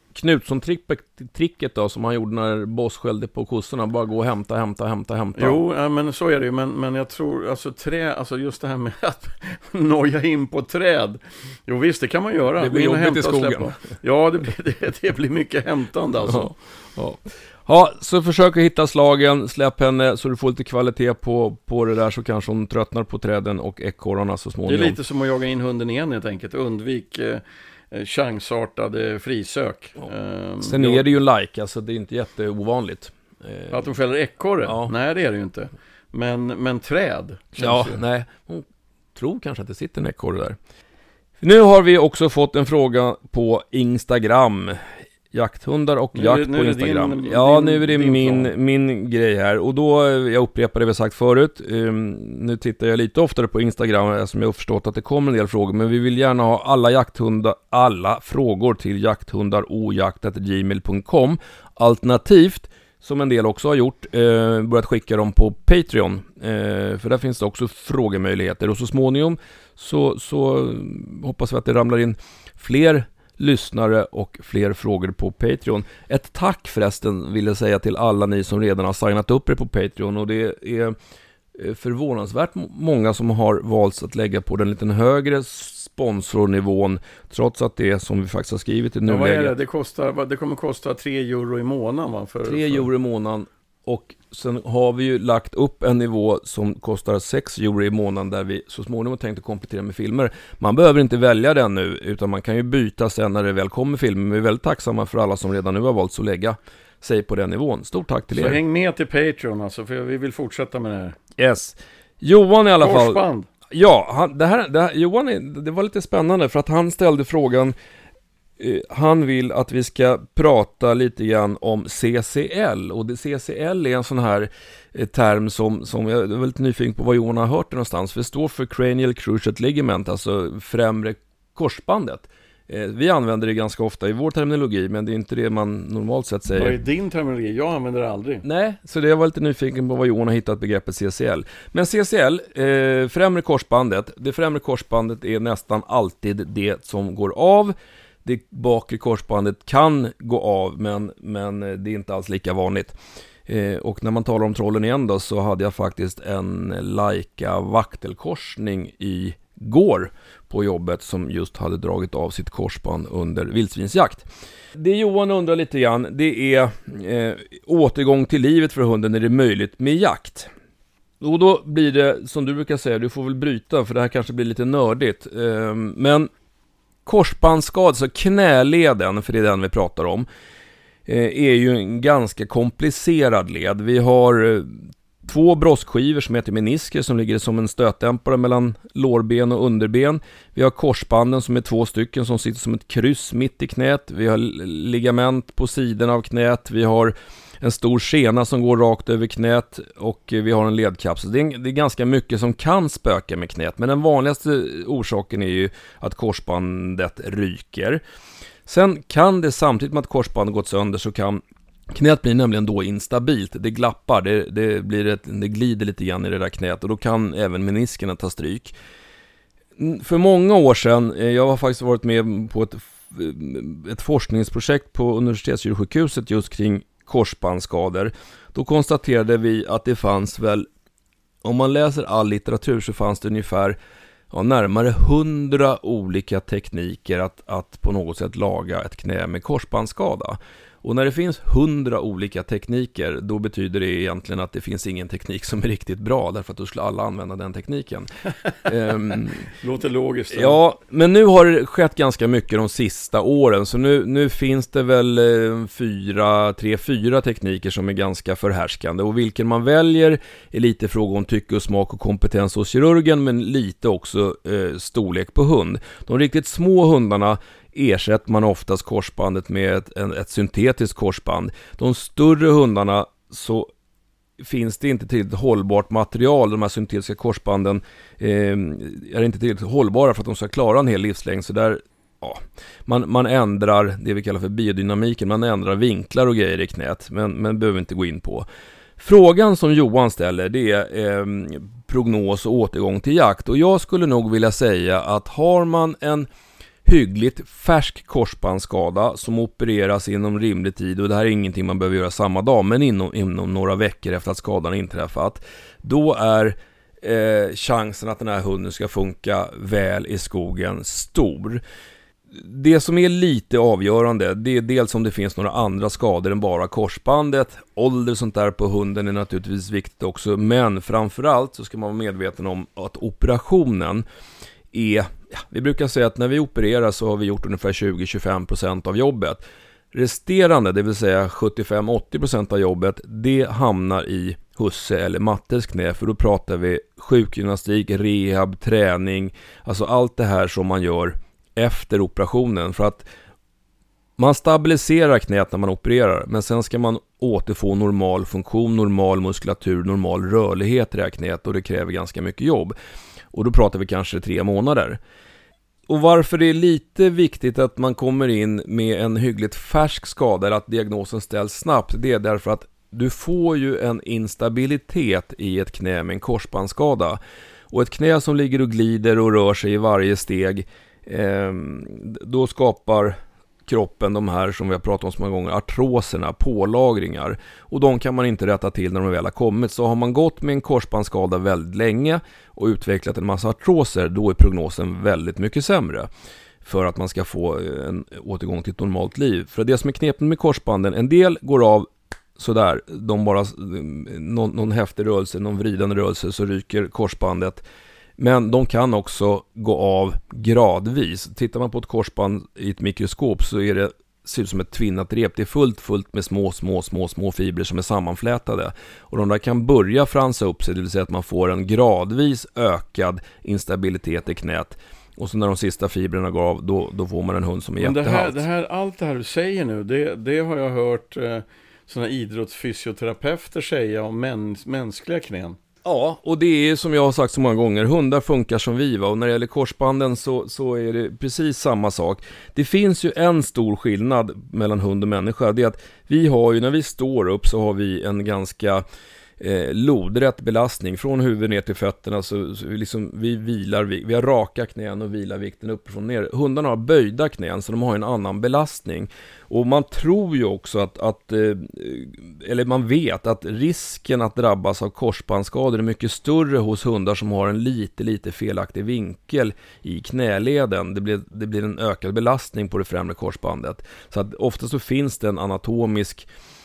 Knutsson-tricket då, som han gjorde när Boss skällde på kossorna, bara gå och hämta, hämta, hämta, hämta. Jo, ja, men så är det ju, men, men jag tror, alltså trä, alltså just det här med att noja in på träd. Jo visst, det kan man göra. Det blir jobbigt i skogen. Ja, det blir, det, det blir mycket hämtande alltså. Ja, ja. Ja, så försök att hitta slagen, släpp henne så du får lite kvalitet på, på det där, så kanske hon tröttnar på träden och ekorrarna så småningom. Det är lite som att jaga in hunden igen helt enkelt. Undvik eh, chansartade frisök. Ja. Eh, Sen är det ju en like, alltså det är inte jätteovanligt. Eh, att de fäller ekorre? Ja. Nej, det är det ju inte. Men, men träd känns Ja, ju. nej. Hon tror kanske att det sitter en ekorre där. Nu har vi också fått en fråga på Instagram. Jakthundar och nu, jakt nu på Instagram. Din, ja, din, nu är det min, min grej här. Och då, jag upprepar det vi sagt förut. Um, nu tittar jag lite oftare på Instagram eftersom jag har förstått att det kommer en del frågor. Men vi vill gärna ha alla jakthundar, alla frågor till jakthundarojakt at gmail punkt com. Alternativt, som en del också har gjort, eh, börjat skicka dem på Patreon. Eh, för där finns det också frågemöjligheter. Och så småningom så, så hoppas vi att det ramlar in fler lyssnare och fler frågor på Patreon. Ett tack förresten vill jag säga till alla ni som redan har signat upp er på Patreon. Och det är förvånansvärt många som har valt att lägga på den lite högre sponsornivån, trots att det är som vi faktiskt har skrivit i nuläget. Ja, vad är det? Det, kostar, det kommer kosta tre euro i månaden, va? För, tre euro i månaden. Och sen har vi ju lagt upp en nivå som kostar sex euro i månaden, där vi så småningom tänkte komplettera med filmer. Man behöver inte välja den nu, utan man kan ju byta sen när det väl kommer filmer. Vi är väldigt tacksamma för alla som redan nu har valt att lägga sig på den nivån. Stort tack till så er. Så häng med till Patreon alltså, för vi vill fortsätta med det här. Yes. Johan i alla fall. Korsband. Ja, han, det här, det här Johan, det var lite spännande för att han ställde frågan. Han vill att vi ska prata lite grann om C C L. Och det, C C L är en sån här term som, som jag är väldigt nyfiken på vad Johan har hört det någonstans. För det står för Cranial Cruciate Ligament, alltså främre korsbandet. Vi använder det ganska ofta i vår terminologi, men det är inte det man normalt sett säger. Vad är din terminologi? Jag använder det aldrig. Nej, så det var lite nyfiken på vad Johan har hittat begreppet C C L. Men C C L, eh, främre korsbandet, det främre korsbandet är nästan alltid det som går av. Det bakre korsbandet kan gå av, men, men det är inte alls lika vanligt. Eh, och när man talar om trollen igen då, så hade jag faktiskt en Leica vaktelkorsning i går på jobbet som just hade dragit av sitt korsband under vildsvinsjakt. Det Johan undrar lite grann, det är eh, återgång till livet för hunden när det är möjligt med jakt. Och då blir det, som du brukar säga, du får väl bryta för det här kanske blir lite nördigt. Eh, men korsbandsskada, så knäleden, för det är den vi pratar om, eh, är ju en ganska komplicerad led. Vi har eh, två broskskivor som heter menisker som ligger som en stötdämpare mellan lårben och underben. Vi har korsbanden som är två stycken som sitter som ett kryss mitt i knät. Vi har ligament på sidan av knät. Vi har en stor skena som går rakt över knät och vi har en ledkapsel. Det är, det är ganska mycket som kan spöka med knät, men den vanligaste orsaken är ju att korsbandet ryker. Sen kan det, samtidigt med att korsbandet gått sönder, så kan knät blir nämligen då instabilt. Det glappar, det, det, blir ett, det glider lite grann i det där knät och då kan även meniskerna ta stryk. För många år sedan, jag har faktiskt varit med på ett, ett forskningsprojekt på universitetsdjursjukhuset just kring korsbandsskador. Då konstaterade vi att det fanns väl, om man läser all litteratur, så fanns det ungefär ja, närmare hundra olika tekniker att, att på något sätt laga ett knä med korsbandsskada. Och när det finns hundra olika tekniker, då betyder det egentligen att det finns ingen teknik som är riktigt bra, därför att då skulle alla använda den tekniken. um, Låter logiskt. Då. Ja, men nu har det skett ganska mycket de sista åren, så nu, nu finns det väl eh, fyra, tre, fyra tekniker som är ganska förhärskande. Och vilken man väljer är lite fråga om tycke och smak och kompetens hos kirurgen, men lite också eh, storlek på hund. De riktigt små hundarna ersätter man oftast korsbandet med ett, en, ett syntetiskt korsband. De större hundarna, så finns det inte tillräckligt hållbart material. De här syntetiska korsbanden eh, är inte tillräckligt hållbara för att de ska klara en hel livslängd. Så där, ja, man, man ändrar det vi kallar för biodynamiken. Man ändrar vinklar och grejer i knät, men, men behöver inte gå in på. Frågan som Johan ställer, det är eh, prognos och återgång till jakt. Och jag skulle nog vilja säga att har man en hyggligt färsk korsbandsskada som opereras inom rimlig tid, och det här är ingenting man behöver göra samma dag, men inom, inom några veckor efter att skadan inträffat, då är eh, chansen att den här hunden ska funka väl i skogen stor. det som är lite avgörande, det är dels om det finns några andra skador än bara korsbandet. Ålder och sånt där på hunden är naturligtvis viktigt också, men framförallt så ska man vara medveten om att operationen är, ja, vi brukar säga att när vi opererar så har vi gjort ungefär tjugo till tjugofem procent av jobbet. Resterande, det vill säga sjuttiofem till åttio procent av jobbet, det hamnar i husse eller mattes knä, för då pratar vi sjukgymnastik, rehab, träning, alltså allt det här som man gör efter operationen, för att man stabiliserar knät när man opererar, men sen ska man återfå normal funktion, normal muskulatur, normal rörlighet i det här knät, och det kräver ganska mycket jobb. Och då pratar vi kanske tre månader. Och varför det är lite viktigt att man kommer in med en hyggligt färsk skada, eller att diagnosen ställs snabbt, det är därför att du får ju en instabilitet i ett knä med en korsbandsskada. Och ett knä som ligger och glider och rör sig i varje steg, eh, då skapar kroppen de här som vi har pratat om så många gånger, artroserna, pålagringar, och de kan man inte rätta till när de väl har kommit. Så har man gått med en korsbandsskada väldigt länge och utvecklat en massa artroser, då är prognosen väldigt mycket sämre för att man ska få en återgång till ett normalt liv. För det som är knepigt med korsbanden, en del går av sådär, de bara någon, någon häftig rörelse, någon vridande rörelse, så ryker korsbandet. Men de kan också gå av gradvis. Tittar man på ett korsband i ett mikroskop så är det, ser ut som ett tvinnat rep. Det är fullt fullt med små, små, små, små fibrer som är sammanflätade. Och de där kan börja fransa upp sig, det vill säga att man får en gradvis ökad instabilitet i knät. Och så när de sista fibrerna går av, då, då får man en hund som är Men det jättehalt. här, det här, allt det här du säger nu, det, det har jag hört eh, sådana idrottsfysioterapeuter säga om mäns, mänskliga knän. Ja, och det är som jag har sagt så många gånger, hundar funkar som vi, va? Och när det gäller korsbanden så, så är det precis samma sak. Det finns ju en stor skillnad mellan hund och människa, det är att vi har ju, när vi står upp så har vi en ganska eh, lodrätt belastning från huvudet ner till fötterna, så, så liksom vi vilar, vi, vi har raka knän och vilar vikten uppifrån ner. Hundarna har böjda knän, så de har en annan belastning. Och man tror ju också att, att eh, eller man vet att risken att drabbas av korsbandsskador är mycket större hos hundar som har en lite, lite felaktig vinkel i knäleden. Det blir, det blir en ökad belastning på det främre korsbandet. Så att ofta så finns det en anatomisk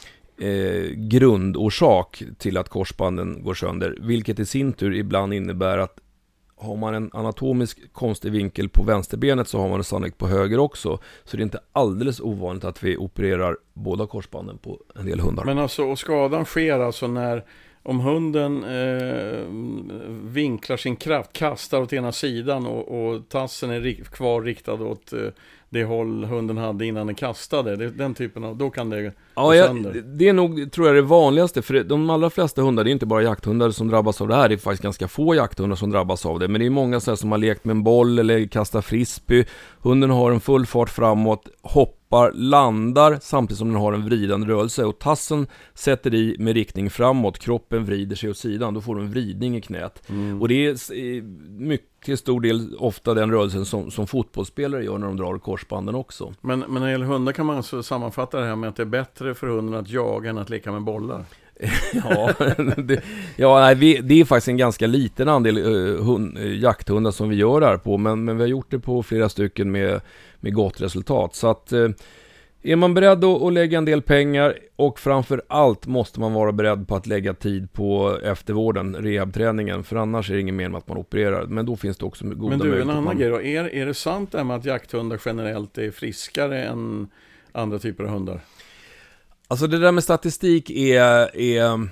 eh, grundorsak till att korsbanden går sönder, vilket i sin tur ibland innebär att har man en anatomisk konstig vinkel på vänsterbenet så har man det sannolikt på höger också. Så det är inte alldeles ovanligt att vi opererar båda korsbanden på en del hundar. Men alltså, och skadan sker alltså när, om hunden eh, vinklar sin kraft, kastar åt ena sidan och, och tassen är rik, kvar riktad åt eh, det håll hunden hade innan den kastade. Det, den typen av, då kan det ja, gå sönder. Ja, det är nog, tror jag, det vanligaste. För de allra flesta hundar, det är inte bara jakthundar som drabbas av det här. Det är faktiskt ganska få jakthundar som drabbas av det. Men det är många så här som har lekt med en boll eller kastat frisbee. Hunden har en full fart framåt, hoppar, landar samtidigt som den har en vridande rörelse. Och tassen sätter i med riktning framåt. Kroppen vrider sig åt sidan. Då får du en vridning i knät. Mm. Och det är mycket till stor del ofta den rörelsen som, som fotbollsspelare gör när de drar korsbanden också. Men, men när det gäller hundar kan man alltså sammanfatta det här med att det är bättre för hunden att jaga än att leka med bollar. ja, det, ja nej, vi, det är faktiskt en ganska liten andel uh, hund, uh, jakthundar som vi gör där på, men, men vi har gjort det på flera stycken med, med gott resultat. Så att uh, är man beredd att, att lägga en del pengar, och framför allt måste man vara beredd på att lägga tid på eftervården, rehabträningen, för annars är det ingen mening att man opererar. Men då finns det också goda möjligheter. Men du, en annan man... grej då, är, är det sant det med att jakthundar generellt är friskare än andra typer av hundar? Alltså det där med statistik är, är,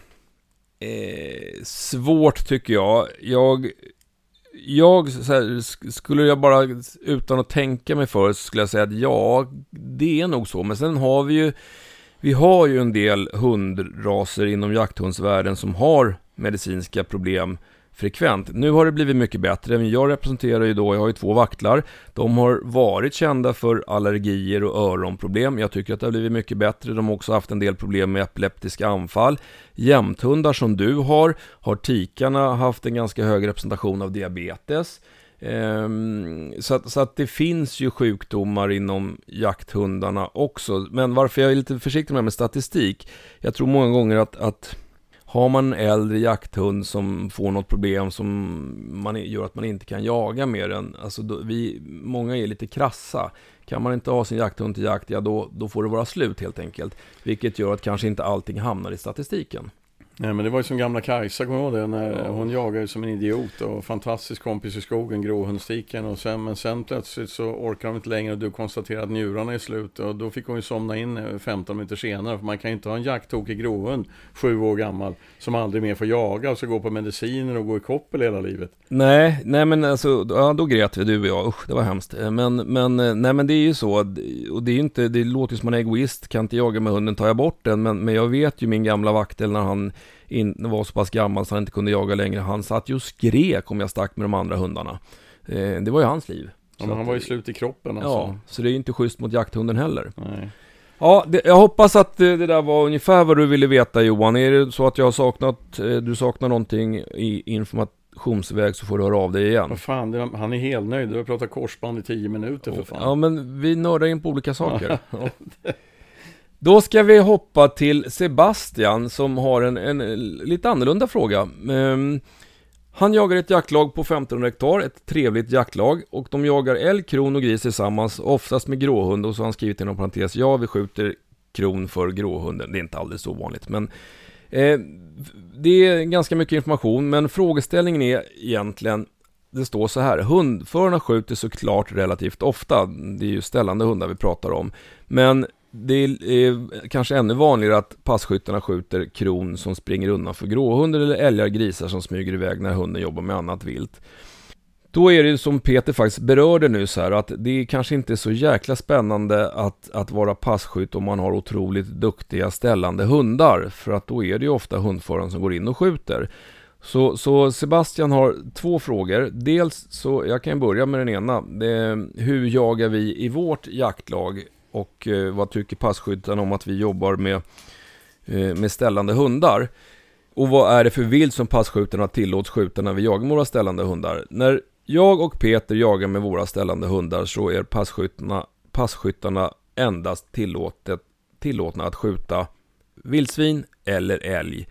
är svårt tycker jag. Jag, jag så här, skulle jag bara utan att tänka mig för så skulle jag säga att ja, det är nog så. Men sen har vi ju, vi har ju en del hundraser inom jakthundsvärlden som har medicinska problem frekvent. Nu har det blivit mycket bättre, men jag representerar ju då, jag har ju två vaktlar. De har varit kända för allergier och öronproblem. Jag tycker att det har blivit mycket bättre. De har också haft en del problem med epileptiska anfall. Jämthundar som du har, har tikarna haft en ganska hög representation av diabetes. Um, så, att, så att det finns ju sjukdomar inom jakthundarna också. Men varför jag är lite försiktig med, med statistik, jag tror många gånger att, att har man en äldre jakthund som får något problem som man gör att man inte kan jaga med den, alltså då, vi, många är lite krassa. Kan man inte ha sin jakthund till jakt, ja då, då får det vara slut helt enkelt. Vilket gör att kanske inte allting hamnar i statistiken. Nej, men det var ju som gamla Kajsa, kommer jag ihåg det, när hon jagade som en idiot och fantastisk kompis i skogen, gråhundstiken, och sen, men sen plötsligt så orkar de inte längre och du konstaterar att njurarna är slut, och då fick hon ju somna in femton minuter senare, för man kan ju inte ha en jakttokig gråhund sju år gammal som aldrig mer får jaga och så gå på mediciner och gå i koppel hela livet. Nej, nej men alltså, ja, då grät vi, du och jag, usch, det var hemskt. Men, men, nej men det är ju så, och det är ju inte, det låter ju som man är egoist, kan inte jaga med hunden, tar jag bort den, men, men jag vet ju min gamla vaktel när han in, var så pass gammal så han inte kunde jaga längre, han satt ju och skrek om jag stack med de andra hundarna. Eh, det var ju hans liv. Ja, men han var ju slut i kroppen alltså. Ja, så det är ju inte schysst mot jakthunden heller. Nej. Ja, det, jag hoppas att det, det där var ungefär vad du ville veta, Johan. Är det så att jag har saknat, du saknar någonting i informationsväg, så får du höra av dig igen. Vad fan, det, han är helt nöjd. Du har pratat korsband i tio minuter för fan. Ja, men vi nördar in på olika saker. Ja. Då ska vi hoppa till Sebastian som har en, en lite annorlunda fråga. Um, han jagar ett jaktlag på femton hektar, ett trevligt jaktlag, och de jagar älg, kron och gris tillsammans, oftast med gråhund, och så har han skrivit inom parentes, ja vi skjuter kron för gråhunden, det är inte alldeles så vanligt, men eh, det är ganska mycket information, men frågeställningen är egentligen, det står så här: hundförarna skjuter såklart relativt ofta, det är ju ställande hundar vi pratar om, men det är kanske ännu vanligare att passkyttarna skjuter kron som springer undan för gråhundar eller älgar, grisar som smyger iväg när hunden jobbar med annat vilt. Då är det som Peter faktiskt berörde nu så här, att det är kanske inte så jäkla spännande att, att vara passkytt om man har otroligt duktiga ställande hundar, för att då är det ju ofta hundföraren som går in och skjuter. Så, så Sebastian har två frågor. Dels så, jag kan börja med den ena, det, hur jagar vi i vårt jaktlag? Och eh, vad tycker passkyttarna om att vi jobbar med, eh, med ställande hundar? Och vad är det för vilt som passkyttarna tillåts skjuta när vi jagar med våra ställande hundar? När jag och Peter jagar med våra ställande hundar så är passkyttarna, passkyttarna endast tillåtet, tillåtna att skjuta vildsvin eller älg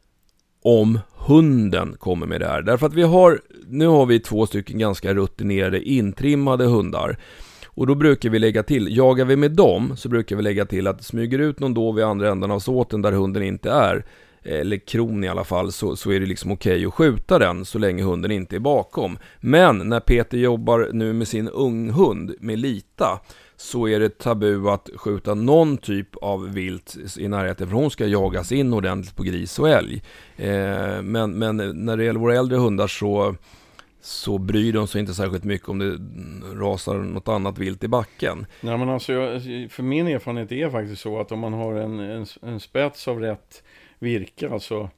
om hunden kommer med det här. Därför att vi har, nu har vi två stycken ganska rutinerade intrimmade hundar. Och då brukar vi lägga till, jagar vi med dem så brukar vi lägga till att smyger ut någon då vid andra änden av såten där hunden inte är, eller kron i alla fall, så, så är det liksom okej att skjuta den så länge hunden inte är bakom. Men när Peter jobbar nu med sin unghund med Lita, så är det tabu att skjuta någon typ av vilt i närheten, för hon ska jagas in ordentligt på gris och älg. Eh, men, men när det gäller våra äldre hundar så så bryr de sig inte särskilt mycket om det rasar något annat vilt i backen. Nej, men alltså jag, för min erfarenhet är faktiskt så att om man har en, en, en spets av rätt virke, alltså,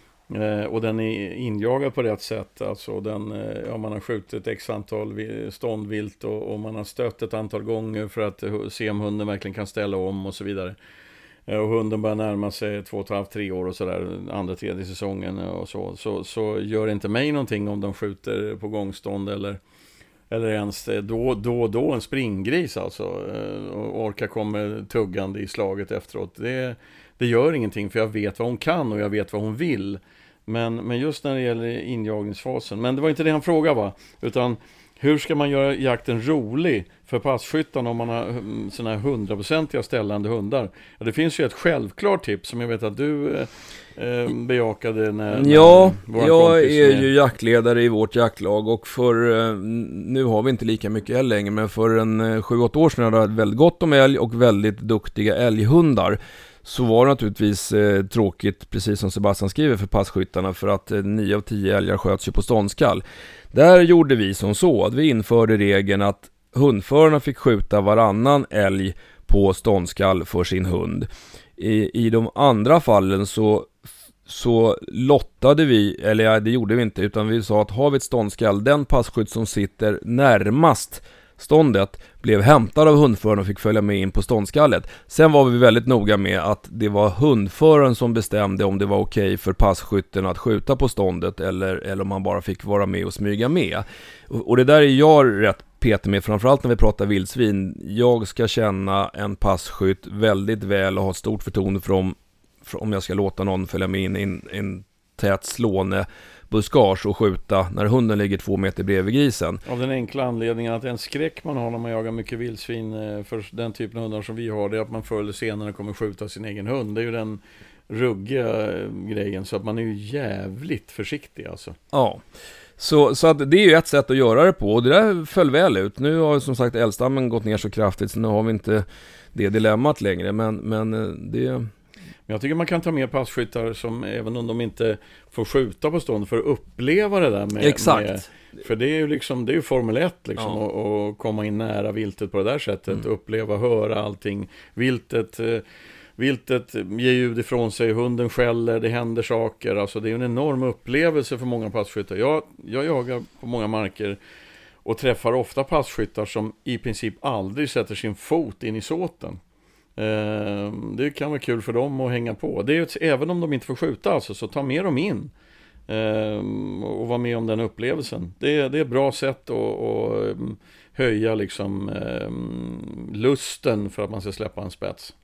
eh, och den är injagad på rätt sätt, alltså den, eh, ja, man har skjutit x antal ståndvilt och, och man har stött ett antal gånger för att se om hunden verkligen kan ställa om och så vidare. Och hunden börjar närma sig två, två, tre år och sådär, andra, tredje säsongen och så, så, så gör det inte mig någonting om de skjuter på gångstånd eller, eller ens då, då då en springgris alltså, och orkar komma tuggande i slaget efteråt. Det, det gör ingenting, för jag vet vad hon kan och jag vet vad hon vill. Men, men just när det gäller injagningsfasen, men det var inte det han frågade, va? Utan hur ska man göra jakten rolig för passkyttarna om man har såna här hundraprocentiga ställande hundar? Ja, det finns ju ett självklart tips som jag vet att du eh, bejakade när, ja, när jag är med. Ju jaktledare i vårt jaktlag, och för, nu har vi inte lika mycket älg längre, men för en sju åtta år sedan hade jag väldigt gott om älg och väldigt duktiga älghundar. Så var det naturligtvis eh, tråkigt, precis som Sebastian skriver, för passkyttarna, för att eh, nio av tio älgar sköts ju på ståndskall. Där gjorde vi som så att vi införde regeln att hundförarna fick skjuta varannan älg på ståndskall för sin hund. I, i de andra fallen så, så lottade vi, eller ja, det gjorde vi inte, utan vi sa att har vi ett ståndskall, den passkytt som sitter närmast ståndet blev hämtad av hundföraren och fick följa med in på ståndskallet. Sen var vi väldigt noga med att det var hundföraren som bestämde om det var okej för passkytten att skjuta på ståndet eller, eller om man bara fick vara med och smyga med. Och, och det där är jag rätt petig med, framförallt när vi pratar vildsvin. Jag ska känna en passkytt väldigt väl och ha stort förtroende för dem om jag ska låta någon följa med in i en, en tät slående buskage och skjuta när hunden ligger två meter bredvid grisen. Av den enkla anledningen att en skräck man har när man jagar mycket vildsvin för den typen av hundar som vi har, det är att man förr eller senare kommer skjuta sin egen hund. Det är ju den ruggiga grejen, så att man är ju jävligt försiktig alltså. Ja, så, så att det är ju ett sätt att göra det på, och det där föll väl ut. Nu har som sagt älgstammen gått ner så kraftigt, så nu har vi inte det dilemmat längre, men, men det... Men jag tycker man kan ta med passkyttar som, även om de inte får skjuta på stånd, för att uppleva det där med... Exakt. Med, för det är ju liksom, det är ju Formel ett liksom, ja. och, och komma in nära viltet på det där sättet, Mm. uppleva, höra allting. Viltet, viltet ger ljud ifrån sig, hunden skäller, det händer saker. Alltså det är en enorm upplevelse för många passkyttar. Jag, jag jagar på många marker och träffar ofta passkyttar som i princip aldrig sätter sin fot in i såten. Eh, det kan vara kul för dem att hänga på. Det är ett, även om de inte får skjuta alltså, så ta med dem in eh, och vara med om den upplevelsen. Det, det är ett bra sätt att, att höja liksom, eh, lusten för att man ska släppa en spets.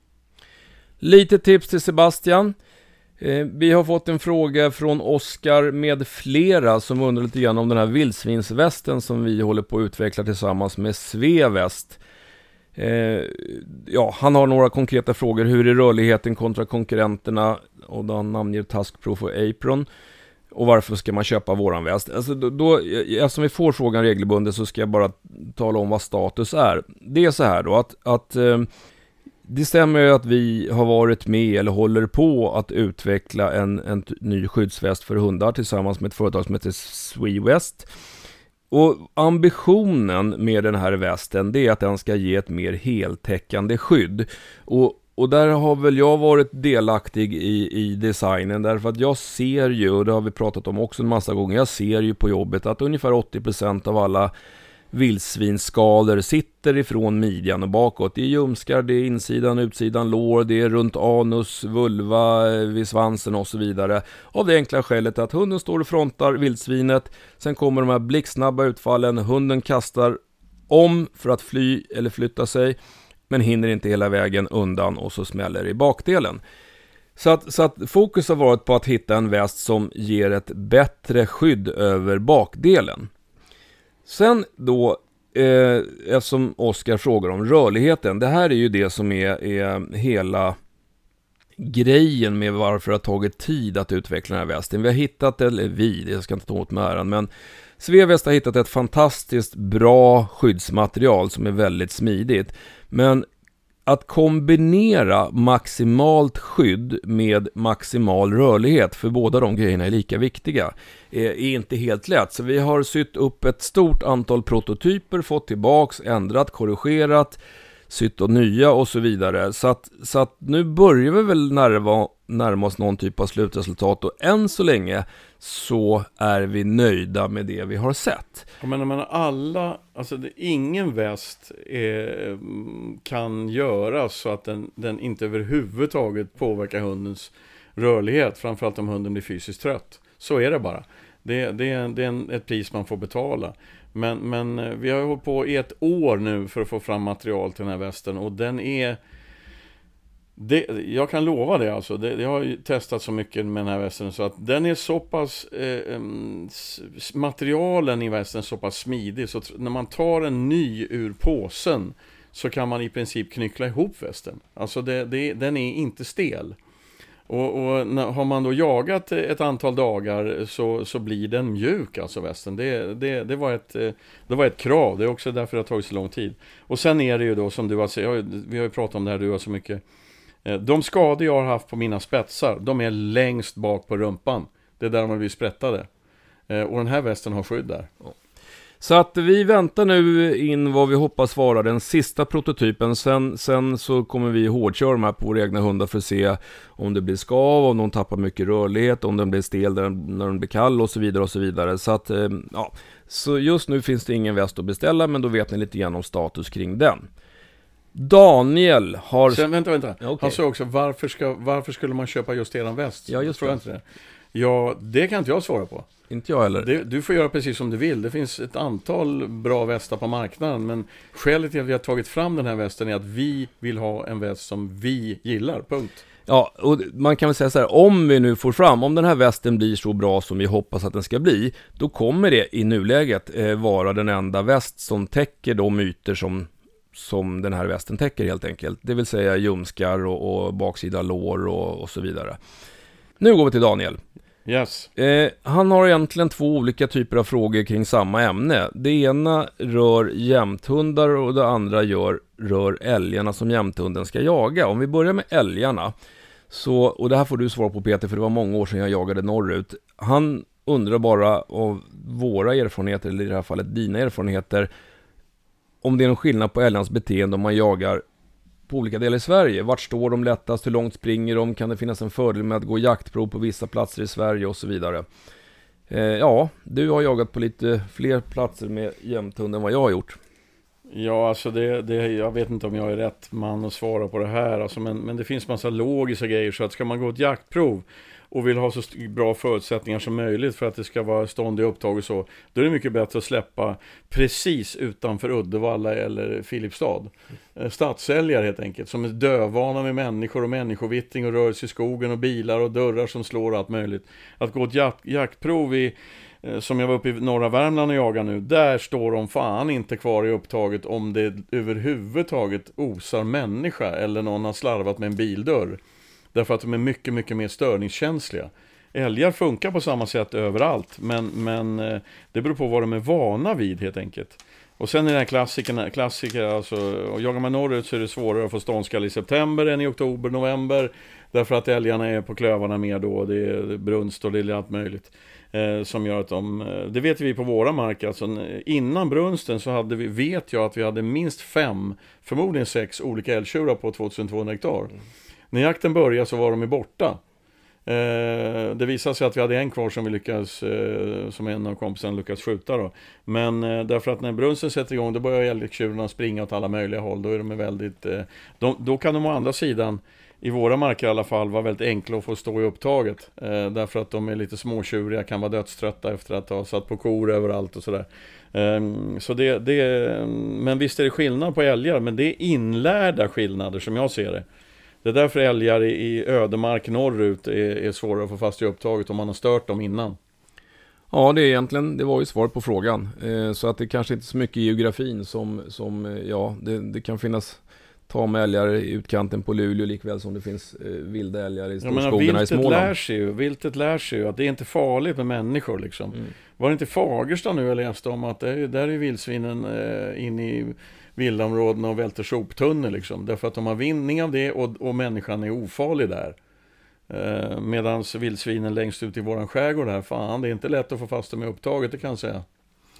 Lite tips till Sebastian. Eh, vi har fått en fråga från Oskar med flera som undrar lite grann om den här vildsvinsvästen som vi håller på att utveckla tillsammans med Sveväst. Eh, ja, han har några konkreta frågor. Hur är rörligheten kontra konkurrenterna? Och då namnger Taskproof och Apron. Och varför ska man köpa våran väst? Alltså då, då, eftersom vi får frågan regelbundet så ska jag bara tala om vad status är. Det är så här då att, att eh, det stämmer ju att vi har varit med eller håller på att utveckla en, en t- ny skyddsväst för hundar tillsammans med ett företag som heter Swewest. Och ambitionen med den här västen, det är att den ska ge ett mer heltäckande skydd. Och, och där har väl jag varit delaktig i, i designen, därför att jag ser ju, och det har vi pratat om också en massa gånger, jag ser ju på jobbet att ungefär åttio procent av alla vildsvinsskador sitter ifrån midjan och bakåt. Det är ljumskar, det är insidan, utsidan, lår, det är runt anus, vulva, vid svansen och så vidare. Av det enkla skälet att hunden står och frontar vildsvinet, sen kommer de här blixtsnabba utfallen, hunden kastar om för att fly eller flytta sig, men hinner inte hela vägen undan och så smäller det i bakdelen. Så att, så att fokus har varit på att hitta en väst som ger ett bättre skydd över bakdelen. Sen då, eh, eftersom Oskar frågar om rörligheten, det här är ju det som är, är hela grejen med varför det har tagit tid att utveckla den här västen. Vi har hittat, eller vi, det ska inte ta åt med äran, men Sveväst har hittat ett fantastiskt bra skyddsmaterial som är väldigt smidigt. Men att kombinera maximalt skydd med maximal rörlighet, för båda de grejerna är lika viktiga, är inte helt lätt. Så vi har sytt upp ett stort antal prototyper, fått tillbaks, ändrat, korrigerat, sytt och nya och så vidare. Så att, så att nu börjar vi väl närma, närma oss någon typ av slutresultat, och än så länge så är vi nöjda med det vi har sett. Jag menar, men alla, alltså det, ingen väst är, kan göras så att den, den inte överhuvudtaget påverkar hundens rörlighet, framförallt om hunden blir fysiskt trött. Så är det bara. Det, det är, det är en, ett pris man får betala. Men, men vi har hållit på i ett år nu för att få fram material till den här västen, och den är... Det, jag kan lova det alltså, det, jag har ju testat så mycket med den här västen så att den är så pass, eh, materialen i västen är så pass smidig så att när man tar en ny ur påsen så kan man i princip knyckla ihop västen. Alltså det, det, den är inte stel. Och, och när, har man då jagat ett antal dagar så, så blir den mjuk, alltså västen. Det, det, det, var ett, det var ett krav, det är också därför det har tagit så lång tid. Och sen är det ju då som du har sagt, vi har ju pratat om det här, du har så mycket. De skador jag har haft på mina spetsar, de är längst bak på rumpan. Det är där de har blivit sprättade. Och den här västen har skydd där. Så att vi väntar nu in vad vi hoppas vara den sista prototypen. Sen, sen så kommer vi hårdköra de här på våra egna hundar för att se om det blir skav, om de tappar mycket rörlighet, om den blir stel när den, när den blir kall och så vidare och så vidare. Så att, ja, så just nu finns det ingen väst att beställa, men då vet ni lite grann om status kring den. Daniel har... Sen, vänta, vänta. Okay. Han sa också, varför, ska, varför skulle man köpa just eran väst? Ja, just Tror det. jag inte det. Ja, det kan inte jag svara på. Inte jag heller. Det, du får göra precis som du vill. Det finns ett antal bra västar på marknaden. Men skälet till att vi har tagit fram den här västen är att vi vill ha en väst som vi gillar. Punkt. Ja, och man kan väl säga så här, om vi nu får fram, om den här västen blir så bra som vi hoppas att den ska bli, då kommer det i nuläget eh, vara den enda väst som täcker de ytor som, som den här västen täcker helt enkelt. Det vill säga ljumskar och, och baksida lår och, och så vidare. Nu går vi till Daniel. Yes. Eh, han har egentligen två olika typer av frågor kring samma ämne. Det ena rör jämthundar och det andra gör, rör älgarna som jämthunden ska jaga. Om vi börjar med älgarna, så, och det här får du svara på Peter, för det var många år sedan jag jagade norrut. Han undrar bara av våra erfarenheter, eller i det här fallet dina erfarenheter, om det är någon skillnad på älgarnas beteende om man jagar på olika delar i Sverige. Vart står de lättast? Hur långt springer de? Kan det finnas en fördel med att gå jaktprov på vissa platser i Sverige och så vidare? Eh, ja, du har jagat på lite fler platser med jämthund än vad jag har gjort. Ja, alltså det, det, jag vet inte om jag är rätt man att svara på det här. Alltså, men, men det finns massa logiska grejer. Så att ska man gå ett jaktprov och vill ha så bra förutsättningar som möjligt för att det ska vara stånd i upptag och så, då är det mycket bättre att släppa precis utanför Uddevalla eller Filipstad. Stadsälgar helt enkelt, som är dövana med människor och människovittring och rörelse i skogen och bilar och dörrar som slår och allt möjligt. Att gå ett jakt, jaktprov i, som jag var uppe i norra Värmland och jagar nu, där står de fan inte kvar i upptaget om det överhuvudtaget osar människa eller någon har slarvat med en bildörr. Därför att de är mycket, mycket mer störningskänsliga. Älgar funkar på samma sätt överallt, men, men det beror på vad de är vana vid helt enkelt. Och sen är det här klassiken, klassiker, alltså, och jagar man norrut så är det svårare att få ståndskall i september än i oktober, november. Därför att älgarna är på klövarna mer då, det är brunst och det är allt möjligt. Eh, som gör att de, det vet vi på våra marker, alltså innan brunsten så hade vi, vet jag att vi hade minst fem, förmodligen sex olika älgtjurar på tjugotvåhundra hektar. Mm. När jakten började så var de borta. Eh, det visade sig att vi hade en kvar som vi lyckades, eh, som en av kompisarna lyckades skjuta då. Men eh, därför att när brunsten sätter igång, då börjar älgtjurarna springa åt alla möjliga håll. Då är de väldigt, eh, de, då kan de å andra sidan, i våra marker i alla fall, vara väldigt enkla att få stå i upptaget. Eh, därför att de är lite småtjuriga, kan vara dödströtta efter att ha satt på kor överallt och sådär. Eh, så det, det, men visst är det skillnad på älgar, men det är inlärda skillnader som jag ser det. Det är därför älgar i ödemark norrut är, är svårare att få fast i upptaget om man har stört dem innan. Ja, det är egentligen, det var ju svar på frågan. Eh, så att det kanske inte är så mycket i geografin som, som ja, det, det kan finnas tama älgar i utkanten på Luleå likväl som det finns eh, vilda älgar i storskogarna i Småland. Lär sig ju, viltet lär sig ju att det är inte farligt med människor liksom. Mm. Var det inte Fagersta nu jag läste om att det är, där är vildsvinen eh, in i villaområdena och välter soptunnor liksom. Därför att de har vinning av det och, och människan är ofarlig där. Eh, Medan vildsvinen längst ut i våran skärgård här, fan det är inte lätt att få fast dem i upptaget, det kan jag säga.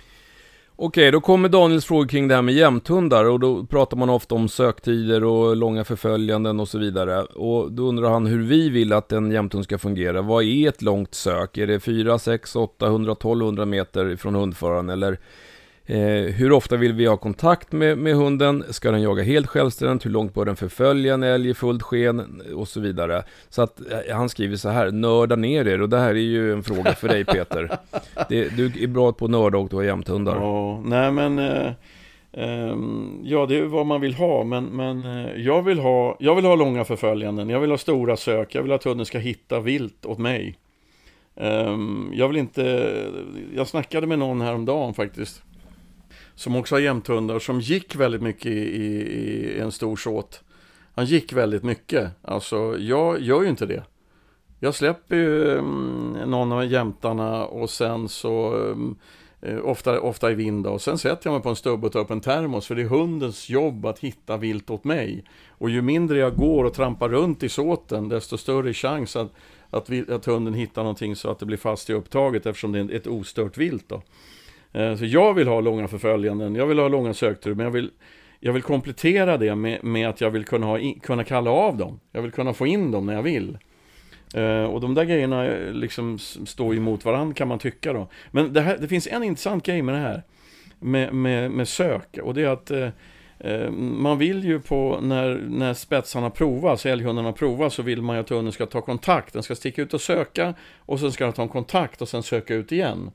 Okej, då kommer Daniels fråga kring det här med jämthundar och då pratar man ofta om söktider och långa förföljanden och så vidare. Och då undrar han hur vi vill att en jämthund ska fungera. Vad är ett långt sök? Är det fyra, sex, åttahundra, tolvhundra meter från hundföraren? Eller eh, hur ofta vill vi ha kontakt med, med hunden? Ska den jaga helt självständigt? Hur långt bör den förfölja en älg i fullt sken? Och så vidare. Så att eh, han skriver så här, nörda ner er. Och det här är ju en fråga för dig Peter. Det, du är bra på nörda och du har jämthundar. Ja, nej men eh, eh, ja det är vad man vill ha, men, men eh, jag, vill ha, jag vill ha långa förföljanden, jag vill ha stora sök, jag vill att hunden ska hitta vilt åt mig. eh, Jag vill inte, jag snackade med någon häromdagen faktiskt som också har jämthundar, som gick väldigt mycket i, i, i en stor såt. Han gick väldigt mycket, alltså jag gör ju inte det. Jag släpper ju um, någon av jämtarna och sen så um, ofta, ofta i vind och sen sätter jag mig på en stubb och tar upp en termos, för det är hundens jobb att hitta vilt åt mig. Och ju mindre jag går och trampar runt i såten, desto större chans att, att, vi, att hunden hittar någonting så att det blir fast i upptaget, eftersom det är ett ostört vilt då. Uh, så jag vill ha långa förföljanden, jag vill ha långa sökturer, men jag vill, jag vill komplettera det med, med att jag vill kunna, ha in, kunna kalla av dem. Jag vill kunna få in dem när jag vill. Uh, och de där grejerna liksom står emot varandra, kan man tycka då. Men det, här, det finns en intressant grej med det här med, med, med sök, och det är att uh, eh, man vill ju på när, när spetsarna provas, älghundarna provas, så vill man ju att hunden ska ta kontakt. Den ska sticka ut och söka, och sen ska den ta en kontakt och sen söka ut igen.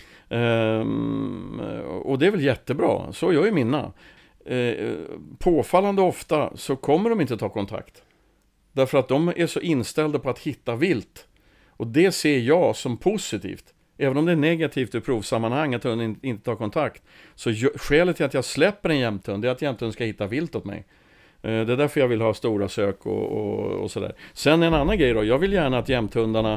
Um, och det är väl jättebra, så gör ju mina. uh, Påfallande ofta så kommer de inte ta kontakt, därför att de är så inställda på att hitta vilt. Och det ser jag som positivt. Även om det är negativt i provsammanhang att hunden inte tar kontakt, så skälet till att jag släpper en jämthund är att jämthunden ska hitta vilt åt mig. uh, Det är därför jag vill ha stora sök och, och, och sådär. Sen en annan grej då, jag vill gärna att jämthundarna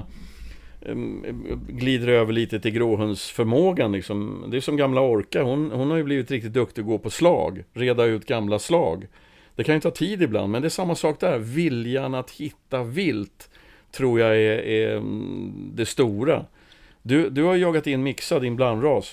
glider över lite till gråhundsförmågan liksom. Det är som gamla Orka, hon, hon har ju blivit riktigt duktig att gå på slag, reda ut gamla slag. Det kan ju ta tid ibland, men det är samma sak där. Viljan att hitta vilt tror jag är, är det stora. Du, du har jagat in Mixa, din blandras,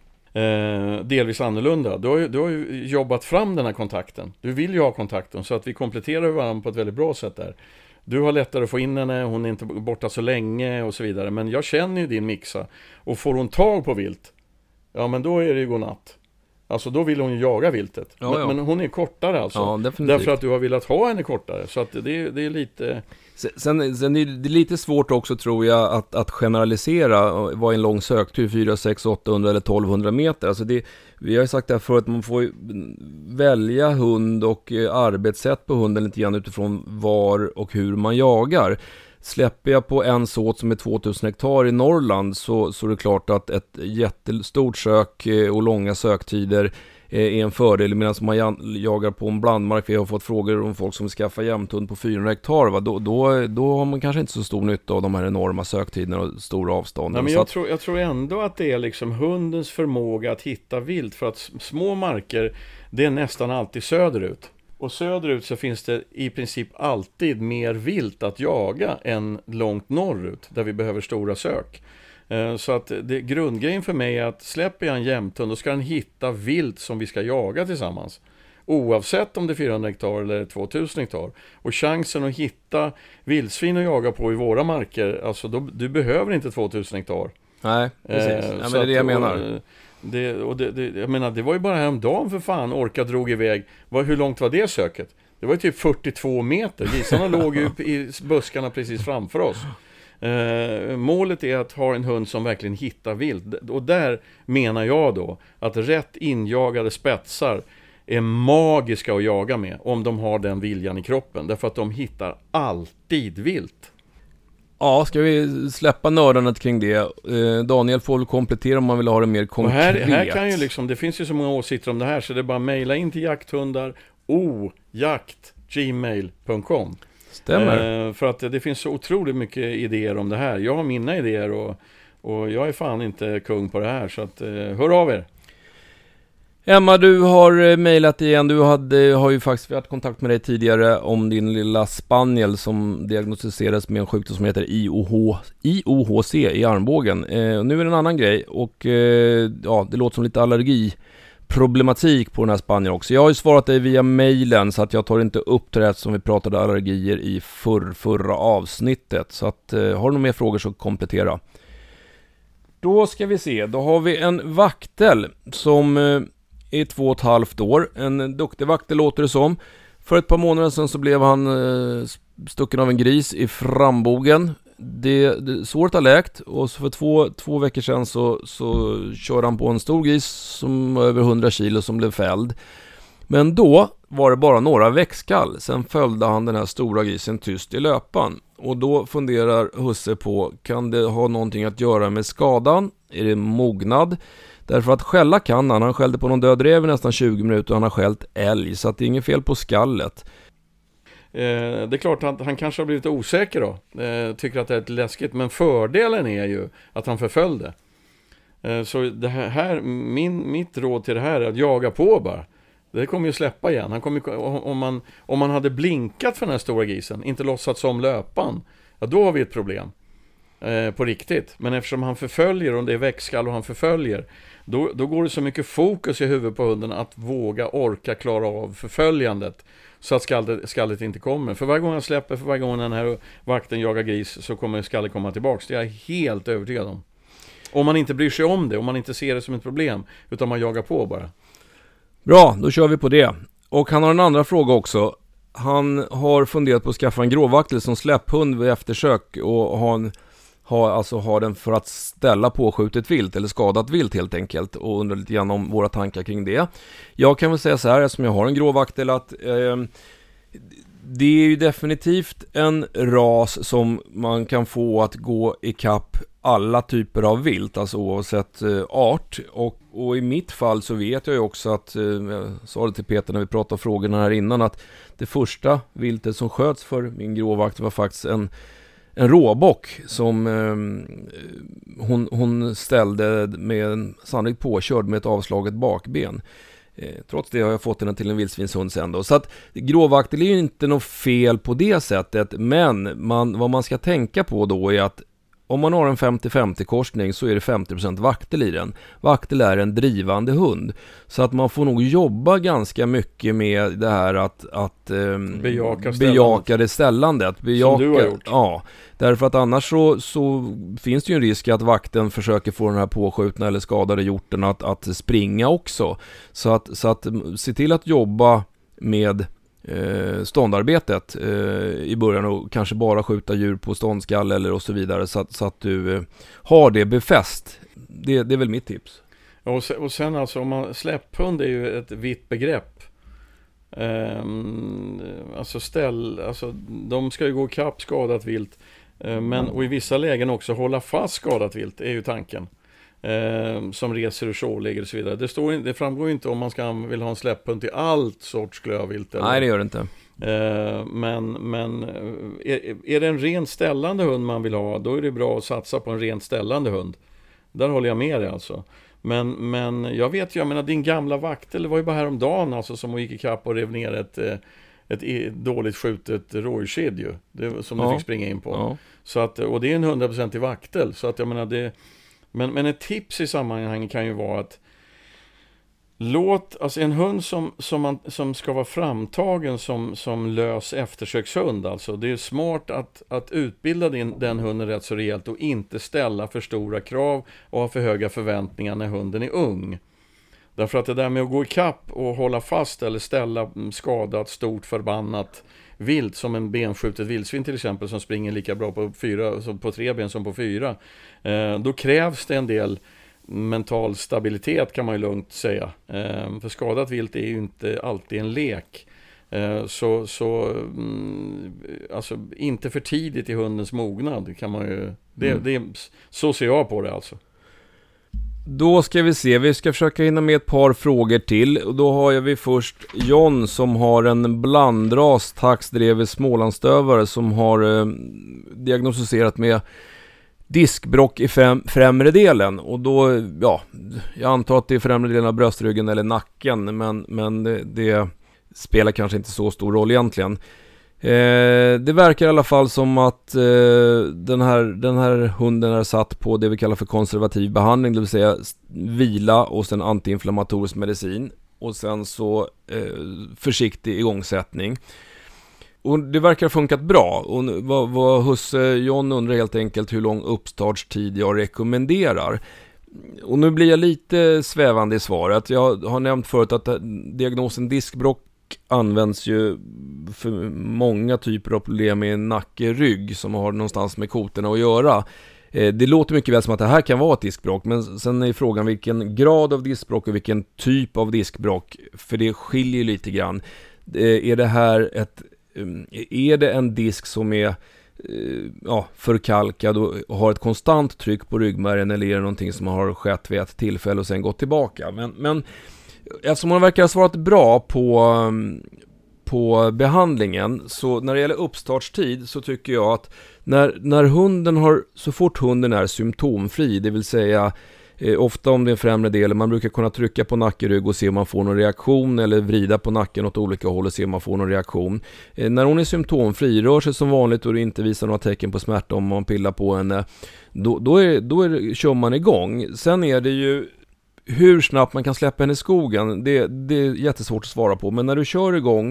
eh, delvis annorlunda. Du har, ju, du har ju jobbat fram den här kontakten. Du vill ju ha kontakten, så att vi kompletterar varandra på ett väldigt bra sätt där. Du har lättare att få in henne, hon är inte borta så länge och så vidare. Men jag känner ju din Mixa. Och får hon tag på vilt, ja men då är det ju godnatt. Alltså då vill hon ju jaga viltet. Ja, men, ja. men hon är kortare alltså. Ja, definitivt. Därför att du har velat ha henne kortare. Så att det, det är lite... Sen, sen är det lite svårt också, tror jag, att, att generalisera vad en lång söktur, fyra, sex, åttahundra eller tolvhundra meter. Alltså det, vi har ju sagt det här för att man får välja hund och arbetssätt på hunden lite grann utifrån var och hur man jagar. Släpper jag på en såt som är tvåtusen hektar i Norrland, så, så är det klart att ett jättestort sök och långa söktider är en fördel, medan man jagar på en blandmark. Vi har fått frågor om folk som skaffar jämthund på fyrahundra hektar, va? Då, då, då har man kanske inte så stor nytta av de här enorma söktiderna och stora avstånden. Nej, men jag, tror, jag tror ändå att det är liksom hundens förmåga att hitta vilt, för att små marker, det är nästan alltid söderut. Och söderut så finns det i princip alltid mer vilt att jaga än långt norrut, där vi behöver stora sök. Så att det, grundgrejen för mig är att släpper jag en jämthund, då ska den hitta vilt som vi ska jaga tillsammans. Oavsett om det är fyrahundra hektar eller tvåtusen hektar. Och chansen att hitta vildsvin att jaga på i våra marker, alltså då, du behöver inte tvåtusen hektar. Nej, precis. Eh, ja, men det är det jag menar. Och, det, och det, det, jag menar, det var ju bara häromdagen för fan, Orka drog iväg. Var, hur långt var det söket? Det var ju typ fyrtiotvå meter. Gissarna låg ju i buskarna precis framför oss. Uh, målet är att ha en hund som verkligen hittar vilt. Och där menar jag då att rätt injagade spetsar är magiska att jaga med, om de har den viljan i kroppen. Därför att de hittar alltid vilt. Ja, ska vi släppa nördandet kring det? Eh, Daniel får väl komplettera om man vill ha det mer konkret. Och här, här kan ju liksom, det finns ju så många åsikter om det här, så det är bara att mejla in till jakthundar ojakt gmail punkt com. Stämmer. Eh, för att det finns så otroligt mycket idéer om det här. Jag har mina idéer och, och jag är fan inte kung på det här. Så att, eh, hör av er. Emma, du har mejlat igen. Du hade, har ju faktiskt haft kontakt med dig tidigare om din lilla spaniel som diagnostiserades med en sjukdom som heter I O H, I O H C i armbågen. Eh, nu är det en annan grej och eh, ja, det låter som lite allergi problematik på den här spanieln också. Jag har ju svarat dig via mejlen, så att jag tar inte upp det här som vi pratade allergier i förr, förra avsnittet. Så att eh, har du några mer frågor så komplettera. Då ska vi se, då har vi en vaktel som eh, är två och ett halvt år. En duktig vaktel låter det som. För ett par månader sedan så blev han eh, stucken av en gris i frambogen. Det, det, såret har läkt, och så för två, två veckor sedan så, så körde han på en stor gris som var över hundra kilo som blev fälld. Men då var det bara några växtkall. Sen följde han den här stora grisen tyst i löpan. Och då funderar husse på, kan det ha någonting att göra med skadan? Är det mognad? Därför att skälla kan han. Han skällde på någon död räv i nästan tjugo minuter och han har skällt älg. Så att det är inget fel på skallet. Eh, det är klart att han kanske har blivit osäker då. Eh, tycker att det är lite läskigt. Men fördelen är ju att han förföljde. Eh, så det här, min, mitt råd till det här är att jaga på bara. Det kommer ju släppa igen. Han kommer, om, man, om man hade blinkat för den här stora grisen, inte låtsats som löpan, ja, då har vi ett problem. Eh, på riktigt. Men eftersom han förföljer, och det är växtskall och han förföljer, då, då går det så mycket fokus i huvudet på hunden att våga, orka, klara av förföljandet. Så att skallet, skallet inte kommer. För varje gång han släpper, för varje gång den här vakten jagar gris, så kommer skallet komma tillbaka. Det är jag helt övertygad om. Om man inte bryr sig om det, om man inte ser det som ett problem, utan man jagar på bara. Bra, då kör vi på det. Och han har en andra fråga också. Han har funderat på att skaffa en gråvaktel som släpphund vid eftersök och ha, en, ha, alltså ha den för att ställa påskjutet vilt eller skadat vilt helt enkelt, och undrar lite grann om våra tankar kring det. Jag kan väl säga så här, eftersom jag har en gråvaktel, att eh, det är ju definitivt en ras som man kan få att gå i kapp alla typer av vilt, alltså oavsett eh, art. Och, och i mitt fall så vet jag ju också att, eh, jag sa det till Peter när vi pratade om frågorna här innan, att det första viltet som sköts för min gråvakt var faktiskt en, en råbock som eh, hon, hon ställde med en sannolikt påkörd med ett avslaget bakben. Eh, trots det har jag fått den till en vildsvinshund sen då. Så att gråvaktel är ju inte något fel på det sättet, men man, vad man ska tänka på då är att om man har en femtio femtio korsning så är det femtio procent vaktel i den. Vaktel är en drivande hund. Så att man får nog jobba ganska mycket med det här att, att um, bejaka, bejaka det ställandet. Bejaka, som du har gjort. Ja, därför att annars så, så finns det ju en risk att vakten försöker få den här påskjutna eller skadade hjorten att, att springa också. Så att, så att se till att jobba med Eh, ståndarbetet eh, i början och kanske bara skjuta djur på ståndskall eller och så vidare, så att, så att du eh, har det befäst. Det, det är väl mitt tips. Och sen, och sen alltså, om man släpphund är ju ett vitt begrepp. Um, alltså ställ, alltså de ska ju gå kapp skadat vilt, uh, men och i vissa lägen också hålla fast skadat vilt är ju tanken. Eh, som reser ur sårläger och så vidare. Det, står, det framgår ju inte om man ska, vill ha en släpphund till allt sorts klövvilt. Eller. Nej, det gör det inte. Eh, men men är, är det en ren ställande hund man vill ha, då är det bra att satsa på en ren ställande hund. Där håller jag med dig alltså. Men, men jag vet ju, jag menar din gamla vaktel, det var ju bara häromdagen alltså, som hon gick i kapp och rev ner ett, ett dåligt skjutet rådjurskid ju, det, som ja. du fick springa in på. Ja. Så att, och det är en hundra procent i vaktel, så att jag menar det. Men, men ett tips i sammanhanget kan ju vara att låt, alltså en hund som, som, man, som ska vara framtagen som, som lös eftersökshund, alltså det är smart att, att utbilda din, den hunden rätt så rejält och inte ställa för stora krav och ha för höga förväntningar när hunden är ung. Därför att det där med att gå i kapp och hålla fast eller ställa skadat, stort, förbannat vilt, som en benskjutet vildsvin till exempel, som springer lika bra på, fyra, på tre ben som på fyra, eh, då krävs det en del mental stabilitet, kan man ju lugnt säga. Eh, för skadat vilt är ju inte alltid en lek. Eh, så så mm, alltså inte för tidigt i hundens mognad kan man ju, det, mm. det, så ser jag på det alltså. Då ska vi se, vi ska försöka hinna med ett par frågor till. Och då har vi först John som har en blandras taxdrevet smålandstövare som har eh, diagnostiserat med diskbrock i främ, främre delen. Och då, ja, jag antar att det är främre delen av bröstryggen eller nacken, men, men det, det spelar kanske inte så stor roll egentligen. Eh, det verkar i alla fall som att eh, den, här, den här hunden är satt på det vi kallar för konservativ behandling, det vill säga vila och sen antiinflammatorisk medicin och sen så eh, försiktig igångsättning. Och det verkar ha funkat bra. Och vad, vad husse John undrar helt enkelt hur lång uppstartstid jag rekommenderar. Och nu blir jag lite svävande i svaret. Jag har nämnt förut att diagnosen diskbrock används ju för många typer av problem med nacke-rygg som har någonstans med kotorna att göra. Det låter mycket väl som att det här kan vara ett diskbråck, men sen är frågan vilken grad av diskbråck och vilken typ av diskbråck, för det skiljer lite grann. Är det här ett, är det en disk som är ja, förkalkad och har ett konstant tryck på ryggmärgen, eller är det någonting som har skett vid ett tillfälle och sen gått tillbaka? Men, men eftersom man verkar ha svarat bra på, på behandlingen, så när det gäller uppstartstid så tycker jag att när, när hunden har, så fort hunden är symptomfri, det vill säga eh, ofta om det är en främre del, man brukar kunna trycka på nackerygg och se om man får någon reaktion, eller vrida på nacken åt olika håll och se om man får någon reaktion. Eh, när hon är symptomfri, rör sig som vanligt och det inte visar några tecken på smärta om man pillar på henne, då, då, är, då är, kör man igång. Sen är det ju hur snabbt man kan släppa henne i skogen, det, det är jättesvårt att svara på. Men när du kör igång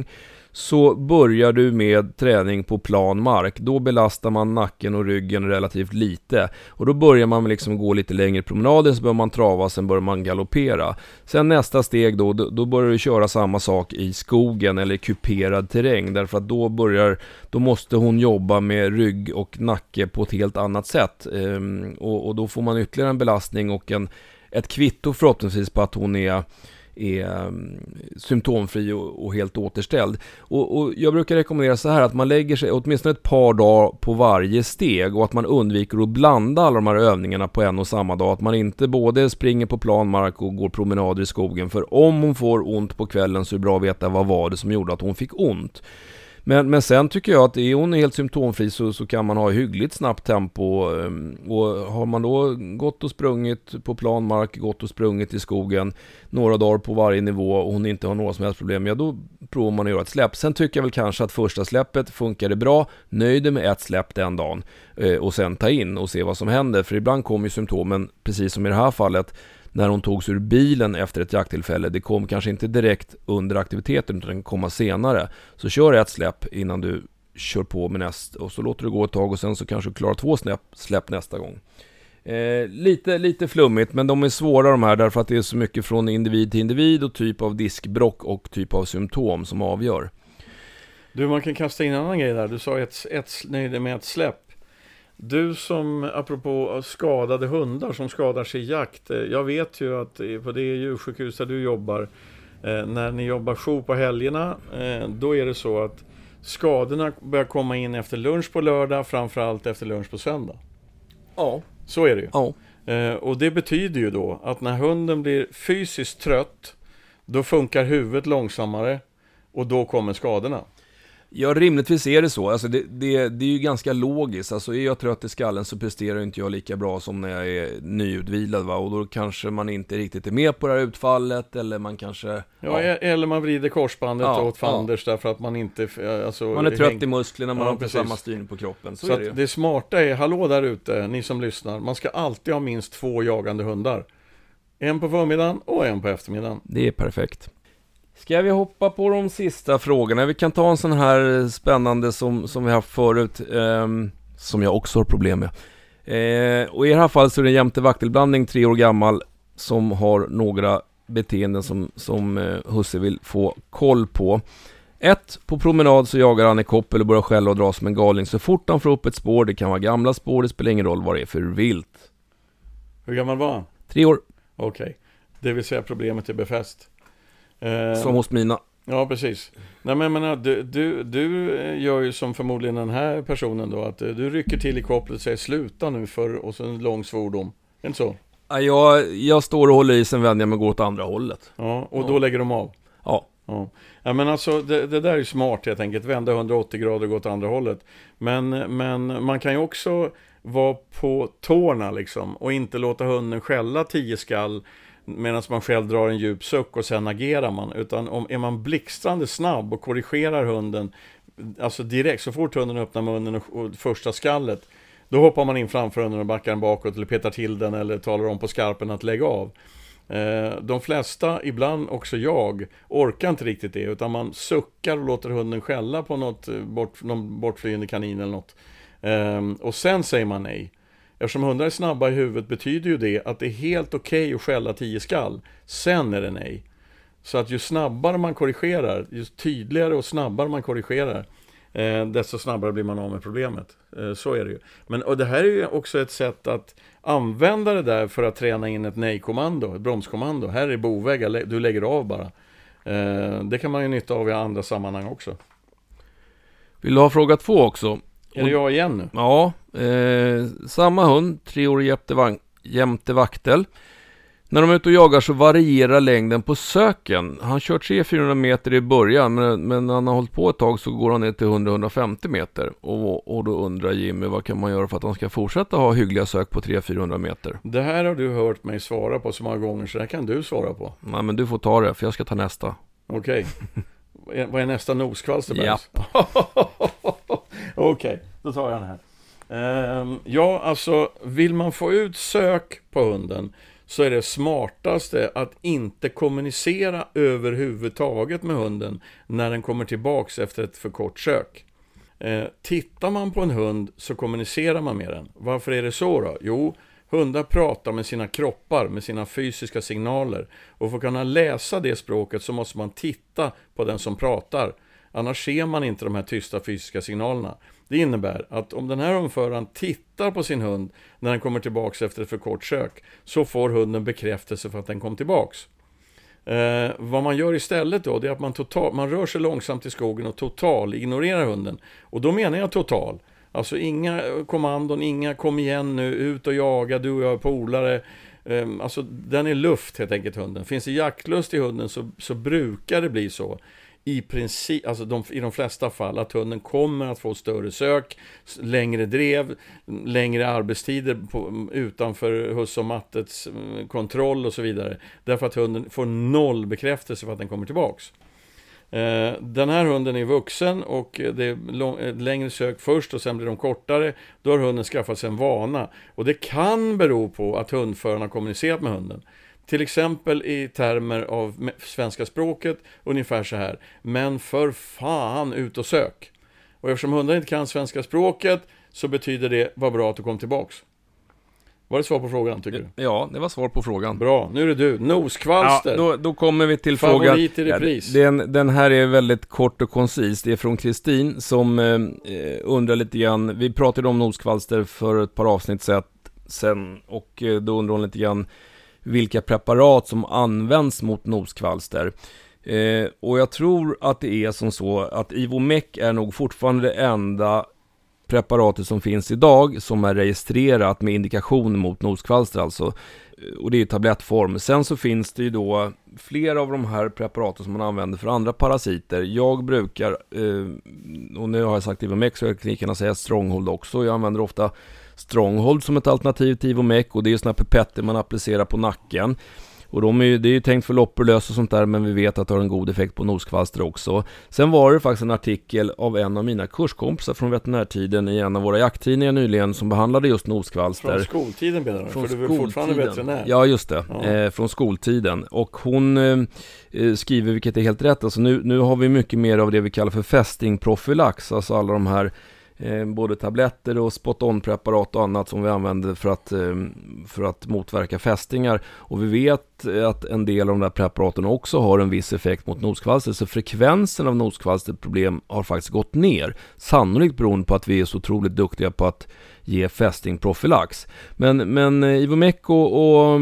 så börjar du med träning på plan mark. Då belastar man nacken och ryggen relativt lite. Och då börjar man liksom gå lite längre promenader, så börjar man trava, sen börjar man galoppera. Sen nästa steg då, då börjar du köra samma sak i skogen eller kuperad terräng. Därför att då börjar, då måste hon jobba med rygg och nacke på ett helt annat sätt. Ehm, och, och då får man ytterligare en belastning och en, ett kvitto förhoppningsvis på att hon är är um, symptomfri och, och helt återställd. Och, och jag brukar rekommendera så här att man lägger sig åtminstone ett par dagar på varje steg och att man undviker att blanda alla de här övningarna på en och samma dag. Att man inte både springer på plan mark och går promenader i skogen, för om hon får ont på kvällen så är det bra att veta vad var det som gjorde att hon fick ont. Men, men sen tycker jag att är hon helt symptomfri så, så kan man ha hyggligt snabbt tempo, och har man då gått och sprungit på planmark, gått och sprungit i skogen några dagar på varje nivå och hon inte har några som helst problem, ja då provar man att göra ett släpp. Sen tycker jag väl kanske att första släppet funkade bra, nöjde med ett släpp den dagen och sen ta in och se vad som händer, för ibland kommer ju symptomen, precis som i det här fallet när hon togs ur bilen efter ett jakttillfälle. Det kom kanske inte direkt under aktiviteten utan den kommer senare. Så kör ett släpp innan du kör på med näst, och så låter du gå ett tag och sen så kanske du klarar två släpp, släpp nästa gång. Eh, lite, lite flummigt, men de är svåra de här därför att det är så mycket från individ till individ och typ av diskbrock och typ av symptom som avgör. Du, man kan kasta in en annan grej där. Du sa ett, ett nöjde med ett släpp. Du som, apropå skadade hundar som skadar sig i jakt, jag vet ju att på det djursjukhus där du jobbar, eh, när ni jobbar jour på helgerna, eh, då är det så att skadorna börjar komma in efter lunch på lördag, framförallt efter lunch på söndag. Ja. Så är det ju. Ja. Eh, och det betyder ju då att när hunden blir fysiskt trött, då funkar huvudet långsammare och då kommer skadorna. Ja, rimligtvis är det så. Alltså det, det, det är ju ganska logiskt. Alltså är jag trött i skallen så presterar inte jag lika bra som när jag är nyutvilad, va? Och då kanske man inte riktigt är med på det här utfallet, eller man kanske... Ja, ja. Eller man vrider korsbandet ja, åt fanders ja. därför att man inte... Alltså, man är trött häng... i musklerna, man ja, har inte precis. samma styrning på kroppen. Så, så är det ju. Att det smarta är, hallå där ute, ni som lyssnar, man ska alltid ha minst två jagande hundar. En på förmiddagen och en på eftermiddagen. Det är perfekt. Ska vi hoppa på de sista frågorna? Vi kan ta en sån här spännande som, som vi haft förut, eh, som jag också har problem med. Eh, och i det här fallet så är det en jämte vaktelblandning, tre år gammal, som har några beteenden som, som eh, husse vill få koll på. Ett, på promenad så jagar han i koppel och börjar skälla och dra som en galning så fort han får upp ett spår. Det kan vara gamla spår, det spelar ingen roll vad det är för vilt. Hur gammal var han? Tre år. Okej, okay. Det vill säga problemet är befäst. Som hos mina. Ja, precis. Nej, men jag menar, du, du, du gör ju som förmodligen den här personen då, att du rycker till i kopplet och säger sluta nu för, och så en lång svordom. Är inte så? Ja, jag, jag står och håller i, sen vänder jag mig och går åt andra hållet. Ja, och ja. Då lägger de av. Ja. Ja, ja men alltså det, det där är ju smart helt enkelt, vända hundraåttio grader och gå åt andra hållet. Men, men man kan ju också vara på tårna liksom och inte låta hunden skälla tio skall medan man själv drar en djup suck och sen agerar man. Utan om, är man blixtrande snabb och korrigerar hunden, alltså direkt, så fort hunden öppnar munnen och, och första skallet, då hoppar man in framför hunden och backar den bakåt eller petar till den eller talar om på skarpen att lägga av. Eh, de flesta, ibland också jag, orkar inte riktigt det, utan man suckar och låter hunden skälla på något bort, någon bortflyende kanin eller något. Eh, och sen säger man nej. Eftersom hundar är snabba i huvudet betyder ju det att det är helt okej okay att skälla tio skall. Sen är det nej. Så att ju snabbare man korrigerar, ju tydligare och snabbare man korrigerar, eh, desto snabbare blir man av med problemet. Eh, så är det ju. Men, och det här är ju också ett sätt att använda det där för att träna in ett nej-kommando, ett bromskommando. Här är boväggar, du lägger av bara. Eh, det kan man ju nytta av i andra sammanhang också. Vill du ha fråga två också? Är det jag igen nu? Ja, eh, samma hund, tre år jämte, van- jämte vaktel. När de är ute och jagar så varierar längden på söken. Han kör tre till fyrahundra meter i början, men, men när han har hållit på ett tag så går han ner till hundra till hundrafemtio meter. Och, och då undrar Jimmy, vad kan man göra för att han ska fortsätta ha hyggliga sök på tre till fyrahundra meter? Det här har du hört mig svara på så många gånger, så det kan du svara på. Nej, men du får ta det, för jag ska ta nästa. Okej. Okay. Vad är nästa noskvalster? Ja. Okej, okay, då tar jag den här. Uh, ja, alltså, vill man få ut sök på hunden så är det smartaste att inte kommunicera överhuvudtaget med hunden när den kommer tillbaks efter ett för kort sök. Eh, tittar man på en hund så kommunicerar man med den. Varför är det så då? Jo, hundar pratar med sina kroppar, med sina fysiska signaler. Och för att kunna läsa det språket så måste man titta på den som pratar. Annars ser man inte de här tysta fysiska signalerna. Det innebär att om den här hundföraren tittar på sin hund när den kommer tillbaks efter ett för kort sök, så får hunden bekräftelse för att den kom tillbaks. Eh, vad man gör istället då, det är att man, total, man rör sig långsamt i skogen och total ignorerar hunden. Och då menar jag total. Alltså inga kommandon, inga kom igen nu, ut och jaga, du och jag är polare. Eh, alltså den är luft helt enkelt, hunden. Finns det jaktlust i hunden så, så brukar det bli så. I princip, alltså de, i de flesta fall, att hunden kommer att få större sök, längre drev, längre arbetstider på, utanför huss och mattets kontroll och så vidare. Därför att hunden får noll bekräftelse för att den kommer tillbaks. Eh, den här hunden är vuxen och det är lång, längre sök först och sen blir de kortare. Då har hunden skaffat sig en vana. Och det kan bero på att hundföraren har kommunicerat med hunden. Till exempel i termer av svenska språket ungefär så här: men för fan, ut och sök. Och eftersom hundar inte kan svenska språket så betyder det, var bra att du kom tillbaks. Var det svar på frågan, tycker du? Ja, det var svar på frågan. Bra, nu är det du. Noskvalster. Ja, då, då kommer vi till Favorit frågan. Favorit i repris. Ja, den, den här är väldigt kort och koncis. Det är från Kristin som eh, undrar lite grann. Vi pratade om noskvalster för ett par avsnitt sen och eh, då undrar hon lite grann vilka preparat som används mot noskvalster. Eh, och jag tror att det är som så att Ivomec är nog fortfarande det enda preparatet som finns idag som är registrerat med indikation mot noskvalster alltså. Och det är i tablettform. Sen så finns det ju då flera av de här preparaten som man använder för andra parasiter. Jag brukar, eh, och nu har jag sagt Ivomec så jag kan kunna säga Stronghold också. Jag använder ofta Stronghold som ett alternativ till Ivomec, och det är ju såna pipetter man applicerar på nacken. Och de är ju, det är ju tänkt för lopperlös och sånt där, men vi vet att det har en god effekt på noskvalster också. Sen var det faktiskt en artikel av en av mina kurskompisar från veterinärtiden i en av våra jakttidningar nyligen som behandlade just noskvalster. Från skoltiden menar du? Från för du är fortfarande veterinär. Ja, just det. Ja. Eh, från skoltiden. Och hon eh, skriver, vilket är helt rätt, alltså nu, nu har vi mycket mer av det vi kallar för fästingprofylax, alltså alla de här Eh, både tabletter och spot-on-preparat och annat som vi använder för att, eh, för att motverka fästingar. Och vi vet att en del av de där preparaten också har en viss effekt mot noskvalster. Så frekvensen av noskvalsterproblem har faktiskt gått ner. Sannolikt beroende på att vi är så otroligt duktiga på att ge fästingprofylax. Men, men eh, Ivomec och, och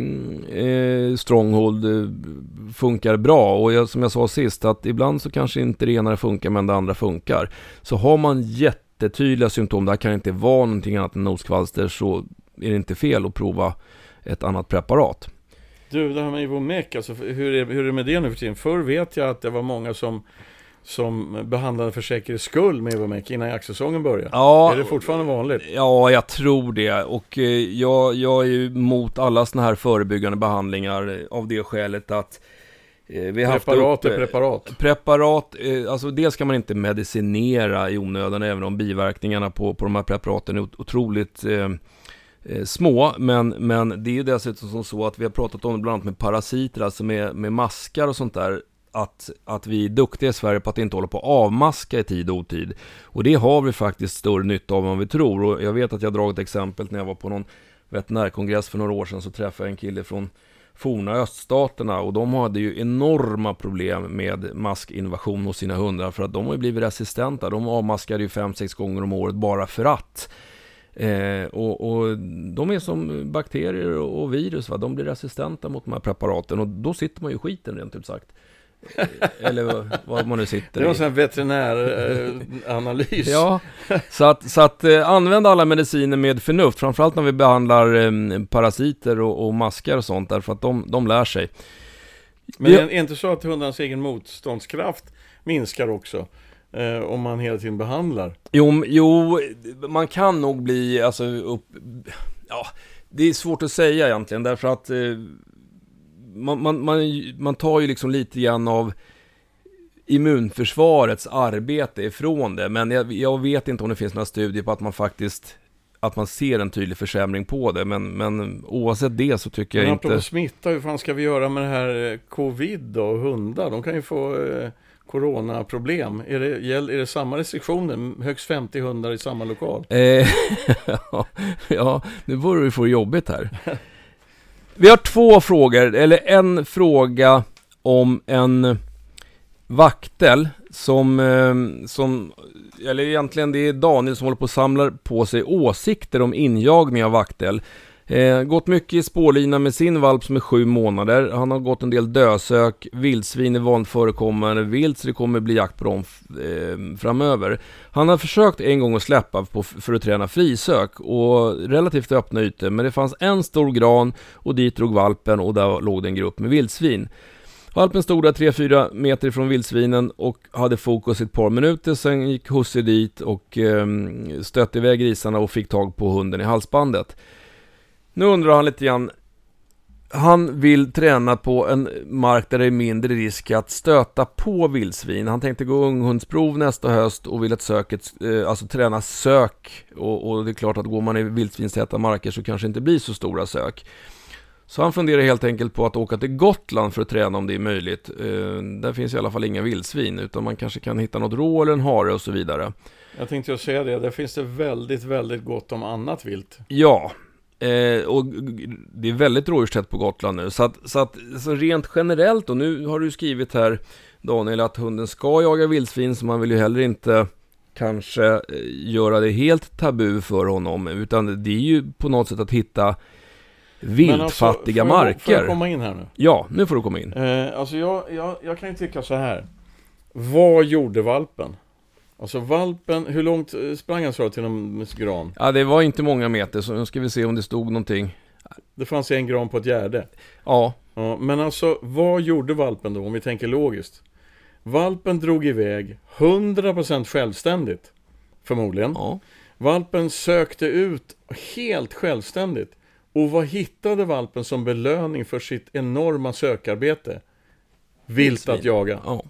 eh, Stronghold eh, funkar bra. Och jag, som jag sa sist, att ibland så kanske inte det ena funkar men det andra funkar. Så har man jätte tydliga symptom, det här kan inte vara någonting annat än noskvalster, så är det inte fel att prova ett annat preparat. Du, det här med Ivomec, alltså, hur, är, hur är det med det nu för tiden? Förr vet jag att det var många som, som behandlade för säkerhets skull med Ivomec innan jaktsäsongen började. Ja, är det fortfarande vanligt? Ja, jag tror det. Och eh, jag, jag är ju mot alla såna här förebyggande behandlingar av det skälet att vi har preparat haft upp, är preparat. Preparat, alltså dels ska man inte medicinera i onödan, även om biverkningarna på, på de här preparaten är otroligt eh, små. Men, men det är ju dessutom som så att vi har pratat om bland annat med parasiter, alltså med, med maskar och sånt där. Att, att vi är duktiga i Sverige på att inte hålla på att avmaska i tid och otid. Och det har vi faktiskt större nytta av än vi tror. Och jag vet att jag har dragit exempel när jag var på någon veterinärkongress för några år sedan, så träffade jag en kille från forna öststaterna, och de hade ju enorma problem med maskinvasion hos sina hundar, för att de har ju blivit resistenta. De avmaskade ju fem sex gånger om året bara för att. Eh, och, och de är som bakterier och virus, va? De blir resistenta mot de här preparaten, och då sitter man ju i skiten rent ut sagt. Eller vad man nu sitter i. Det var en veterinäranalys. Ja, så att, så att eh, använda alla mediciner med förnuft, framförallt när vi behandlar eh, parasiter och, och maskar och sånt, därför att de, de lär sig. Men det är inte så att hundarnas egen motståndskraft minskar också eh, om man hela tiden behandlar? Jo, jo, man kan nog bli, alltså, upp, ja, det är svårt att säga egentligen, därför att eh, Man, man, man, man tar ju liksom lite grann av immunförsvarets arbete ifrån det. Men jag, jag vet inte om det finns några studier på att man faktiskt att man ser en tydlig försämring på det. Men, men oavsett det så tycker men jag inte... Men smitta, hur fan ska vi göra med det här covid och hundar? De kan ju få eh, coronaproblem. Är det, är det samma restriktioner? Högst femtio hundar i samma lokal? Eh, ja, ja, nu börjar vi få jobbigt här. Vi har två frågor, eller en fråga om en vaktel som, eh, som, eller egentligen det är Daniel som håller på att samla på sig åsikter om injagning av vaktel. Eh, gått mycket i spårlina med sin valp som är sju månader. Han har gått en del dösök, vildsvin är vanligt förekommande vilt, så det kommer bli jakt på dem eh, framöver. Han har försökt en gång att släppa på, för att träna frisök och relativt öppna ytor, men det fanns en stor gran och dit drog valpen och där låg det en grupp med vildsvin. Valpen stod där tre fyra meter ifrån vildsvinen och hade fokus i ett par minuter. Sen gick husse dit och eh, stötte iväg grisarna och fick tag på hunden i halsbandet. Nu undrar han lite grann. Han vill träna på en mark där det är mindre risk att stöta på vildsvin. Han tänkte gå unghundsprov nästa höst och vill att söket, eh, alltså träna sök. Och, och det är klart att går man i vildsvinstäta marker så kanske inte blir så stora sök. Så han funderar helt enkelt på att åka till Gotland för att träna om det är möjligt. Eh, där finns i alla fall inga vildsvin, utan man kanske kan hitta något rå eller en hare och så vidare. Jag tänkte ju säga det, där finns det väldigt, väldigt gott om annat vilt. Ja, eh, och det är väldigt rådjurstätt på Gotland nu. Så, att, så, att, så rent generellt, och nu har du skrivit här Daniel att hunden ska jaga vildsvin, så man vill ju heller inte kanske eh, göra det helt tabu för honom. Utan det är ju på något sätt att hitta viltfattiga alltså, marker. Får jag komma in här nu? Ja, nu får du komma in. Eh, alltså jag, jag, jag kan ju tycka så här. Vad gjorde valpen? Alltså valpen, hur långt sprang han så till någon gran? Ja, det var inte många meter, så nu ska vi se om det stod någonting. Det fanns en gran på ett gärde. Ja. Ja. Men alltså, vad gjorde valpen då, om vi tänker logiskt? Valpen drog iväg hundra procent självständigt, förmodligen. Ja. Valpen sökte ut helt självständigt. Och vad hittade valpen som belöning för sitt enorma sökarbete? Vilt att jaga. Ja.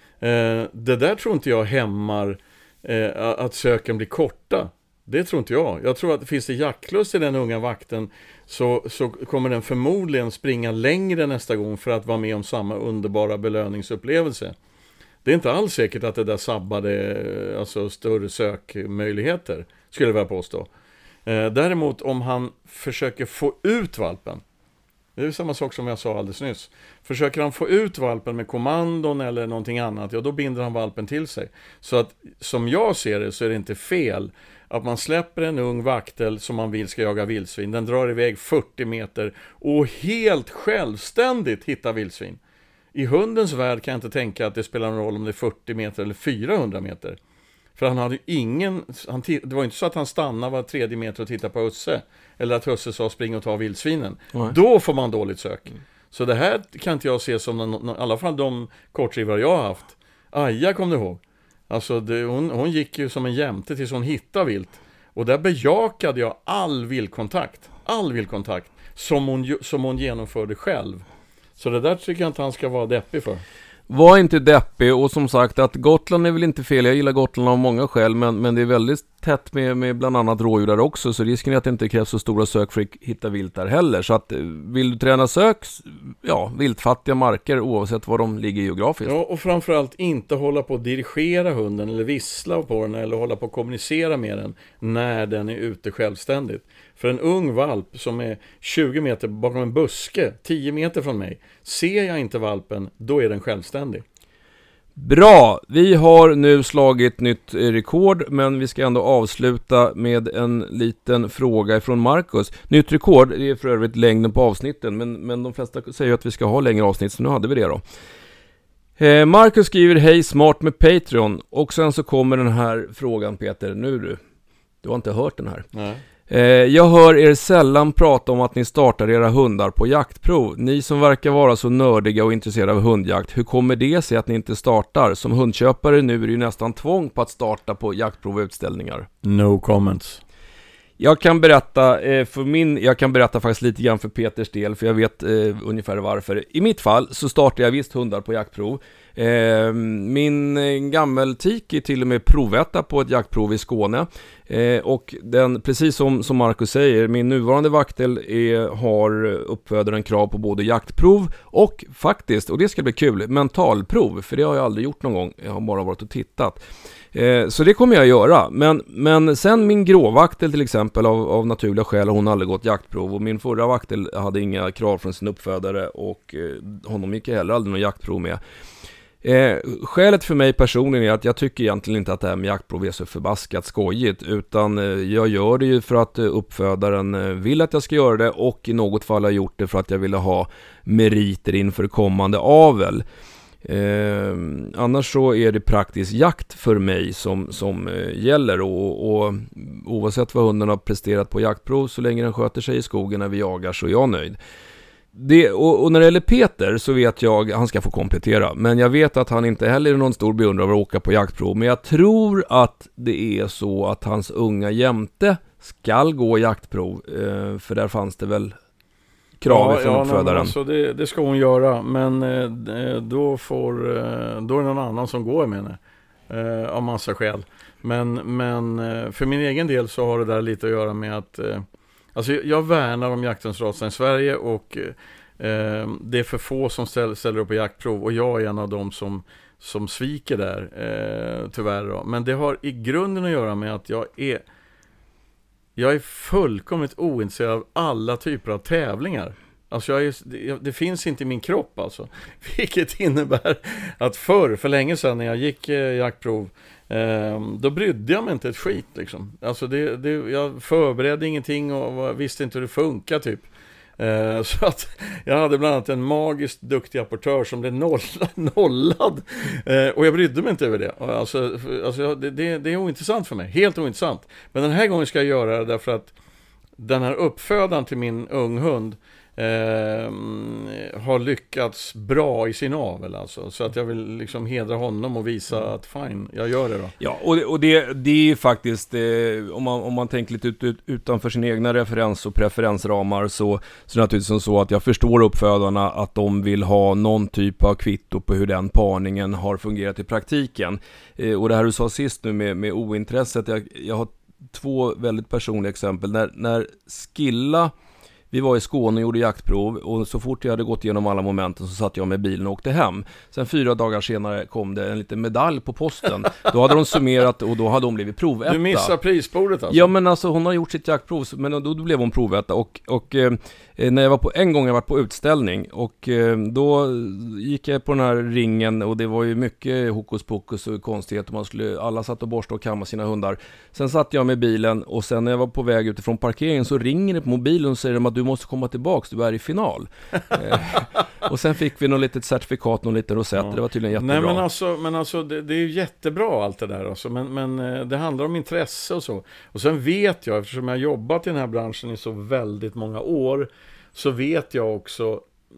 Eh, det där tror inte jag hämmar eh, att söken blir korta. Det tror inte jag. Jag tror att finns det jaktlust i den unga vakten så, så kommer den förmodligen springa längre nästa gång för att vara med om samma underbara belöningsupplevelse. Det är inte alls säkert att det där sabbade alltså större sökmöjligheter, skulle jag vilja påstå. Eh, däremot om han försöker få ut valpen, det är samma sak som jag sa alldeles nyss. Försöker han få ut valpen med kommandon eller någonting annat, ja då binder han valpen till sig. Så att som jag ser det så är det inte fel att man släpper en ung vaktel som man vill ska jaga vildsvin. Den drar iväg fyrtio meter och helt självständigt hittar vildsvin. I hundens värld kan jag inte tänka att det spelar någon roll om det är fyrtio meter eller fyrahundra meter. För han hade ju ingen, han, det var inte så att han stannade var tredje meter och tittade på husse. Eller att husse sa spring och ta vildsvinen. Nej. Då får man dåligt sök. Mm. Så det här kan inte jag se som någon, i alla fall de kortdrivare jag har haft. Aja, kom du ihåg. Alltså det, hon, hon gick ju som en jämte tills hon hittade vilt. Och där bejakade jag all vildkontakt. All vildkontakt som hon, som hon genomförde själv. Så det där tycker jag inte han ska vara deppig för. Var inte deppig, och som sagt att Gotland är väl inte fel. Jag gillar Gotland av många skäl, men, men det är väldigt tätt med, med bland annat rådjur där också, så risken är att det inte krävs så stora sök för att hitta vilt där heller. Så att vill du träna sök, ja, viltfattiga marker oavsett var de ligger geografiskt. Ja, och framförallt inte hålla på att dirigera hunden eller vissla på den eller hålla på att kommunicera med den när den är ute självständigt. För en ung valp som är tjugo meter bakom en buske, tio meter från mig, ser jag inte valpen, då är den självständig. Bra, vi har nu slagit nytt rekord, men vi ska ändå avsluta med en liten fråga från Marcus. Nytt rekord, det är för övrigt längden på avsnitten, men, men de flesta säger att vi ska ha längre avsnitt, så nu hade vi det då. Eh, Marcus skriver, hej, smart med Patreon. Och sen så kommer den här frågan, Peter, nu du. Du har inte hört den här. Nej. Jag hör er sällan prata om att ni startar era hundar på jaktprov. Ni som verkar vara så nördiga och intresserade av hundjakt, hur kommer det sig att ni inte startar? Som hundköpare nu är det ju nästan tvång på att starta på jaktprov och utställningar. No comments. Jag kan berätta för min, jag kan berätta faktiskt lite grann för Peters del, för jag vet eh, ungefär varför. I mitt fall så startar jag visst hundar på jaktprov. Eh, min gammeltik är till och med provetta på ett jaktprov i Skåne. Eh, och den, precis som, som Marcus säger, min nuvarande vaktel är, har uppfödaren krav på både jaktprov och faktiskt, och det ska bli kul, mentalprov. För det har jag aldrig gjort någon gång, jag har bara varit och tittat. Eh, så det kommer jag göra. Men, men sen min gråvaktel till exempel, av, av naturliga skäl har hon aldrig gått jaktprov. Och min förra vaktel hade inga krav från sin uppfödare och eh, honom gick jag heller aldrig någon jaktprov med. Eh, skälet för mig personligen är att jag tycker egentligen inte att det här med jaktprov är så förbaskat skojigt, utan eh, jag gör det ju för att eh, uppfödaren eh, vill att jag ska göra det, och i något fall har jag gjort det för att jag ville ha meriter inför kommande avel. Eh, annars så är det praktisk jakt för mig som, som eh, gäller, och, och oavsett vad hunden har presterat på jaktprov, så länge den sköter sig i skogen när vi jagar, så är jag nöjd. Det, och, och när det gäller Peter så vet jag han ska få komplettera, men jag vet att han inte heller är någon stor beundrare av att åka på jaktprov, men jag tror att det är så att hans unga jämte ska gå jaktprov, eh, för där fanns det väl krav ja, från ja, uppfödaren. Alltså det, det ska hon göra, men eh, då får eh, då är det någon annan som går med henne eh, av massa skäl. Men, men eh, för min egen del så har det där lite att göra med att eh, alltså jag värnar om jaktens rasen i Sverige, och eh, det är för få som ställer, ställer upp på jaktprov, och jag är en av dem som, som sviker där, eh, tyvärr då. Men det har i grunden att göra med att jag är jag är fullkomligt ointresserad av alla typer av tävlingar. Alltså jag är, det, det finns inte i min kropp alltså. Vilket innebär att förr, för länge sedan när jag gick eh, jaktprov, eh, då brydde jag mig inte ett skit liksom. Alltså det, det, jag förberedde ingenting och visste inte hur det funkar typ. Eh, så att jag hade bland annat en magiskt duktig apportör som blev nollad, nollad eh, och jag brydde mig inte över det. Alltså, alltså det, det, det är ointressant för mig, helt ointressant. Men den här gången ska jag göra det därför att den här uppfödaren till min unghund Eh, har lyckats bra i sin avel alltså. Så att jag vill liksom hedra honom och visa att fine, jag gör det då. Ja, och det, och det, det är ju faktiskt eh, om, man, om man tänker lite ut, ut, utanför sin egna referens- och preferensramar, så, så är det naturligtvis som så att jag förstår uppfödarna att de vill ha någon typ av kvitto på hur den parningen har fungerat i praktiken. Eh, och det här du sa sist nu med, med ointresset, jag, jag har två väldigt personliga exempel. När, när Skilla, vi var i Skåne och gjorde jaktprov, och så fort jag hade gått igenom alla momenten så satt jag med bilen och åkte hem. Sen fyra dagar senare kom det en liten medalj på posten. Då hade de summerat och då hade hon blivit provetta. Du missar prisbordet alltså? Ja, men alltså hon har gjort sitt jaktprov, men då, då blev hon provetta. Och, och eh, när jag var på, en gång jag var på utställning, och eh, då gick jag på den här ringen, och det var ju mycket hokus pokus och konstighet. Man skulle, alla satt och borstade och kammade sina hundar. Sen satt jag med bilen, och sen när jag var på väg utifrån parkeringen så ringer det på mobilen och säger de att du måste komma tillbaks, du är i final. eh, och sen fick vi något litet certifikat, någon liten rosett, ja. Det var tydligen jättebra. Nej, men alltså, men alltså det, det är ju jättebra allt det där alltså. men, men det handlar om intresse och så. Och sen vet jag, eftersom jag har jobbat i den här branschen i så väldigt många år, så vet jag också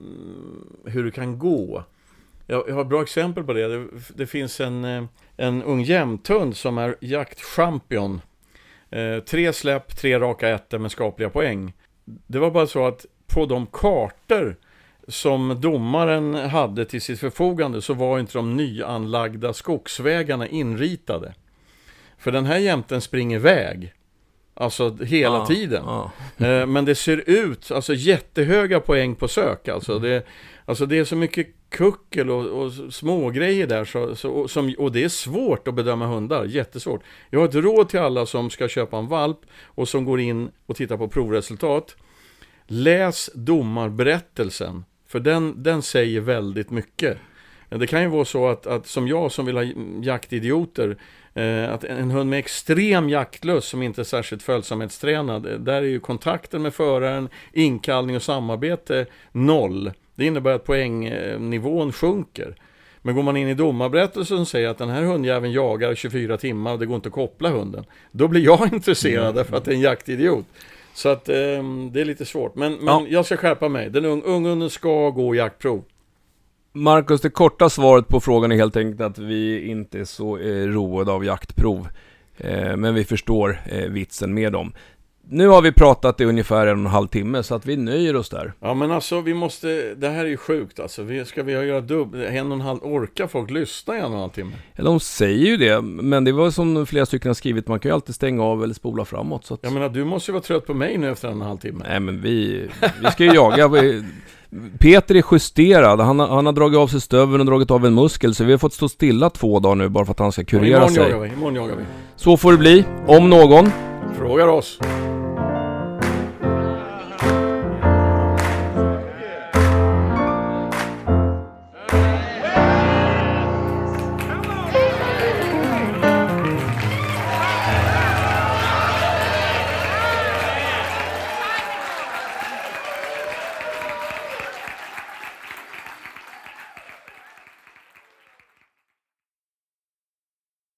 mm, hur det kan gå. Jag, jag har ett bra exempel på det. Det, det finns en, en ung jämthund som är jaktchampion. Eh, tre släpp, tre raka ettor med skapliga poäng. Det var bara så att på de kartor som domaren hade till sitt förfogande så var inte de nyanlagda skogsvägarna inritade. För den här jämten springer väg. Alltså hela ah, tiden. Ah. Eh, men det ser ut, alltså jättehöga poäng på sök. Alltså det, alltså det är så mycket kuckel och, och små grejer där. Så, så, som, och det är svårt att bedöma hundar, jättesvårt. Jag har ett råd till alla som ska köpa en valp och som går in och tittar på provresultat. Läs domarberättelsen, för den, den säger väldigt mycket. Det kan ju vara så att, att som jag som vill ha jaktidioter, eh, att en hund med extrem jaktlust som inte är särskilt följsamhetstränad, där är ju kontakten med föraren, inkallning och samarbete noll. Det innebär att poängnivån sjunker. Men går man in i domarberättelsen och säger att den här hundjäveln jagar tjugofyra timmar och det går inte att koppla hunden, då blir jag intresserad mm. för att det är en jaktidiot. Så att eh, det är lite svårt. Men, men ja. Jag ska skärpa mig. Den ung, ungen ska gå jaktprov. Marcus, det korta svaret på frågan är helt enkelt att vi inte är så eh, roade av jaktprov. Eh, men vi förstår eh, vitsen med dem. nu har vi pratat i ungefär en och en halv timme, så att vi nöjer oss där. Ja, men alltså vi måste, det här är ju sjukt alltså. Vi, ska vi göra dubb, en och en halv, orkar folk lyssna i en och en halv timme? Ja, de säger ju det, men det var som flera stycken har skrivit, man kan ju alltid stänga av eller spola framåt. Så att... Jag menar, du måste ju vara trött på mig nu efter en och en halv timme. Nej, men vi, vi ska ju jaga. Peter är justerad, han har, han har dragit av sig stöven och dragit av en muskel, så vi har fått stå stilla två dagar nu bara för att han ska kurera sig. Imorgon jagar vi, imorgon jagar vi. Så får det bli, om någon frågar oss.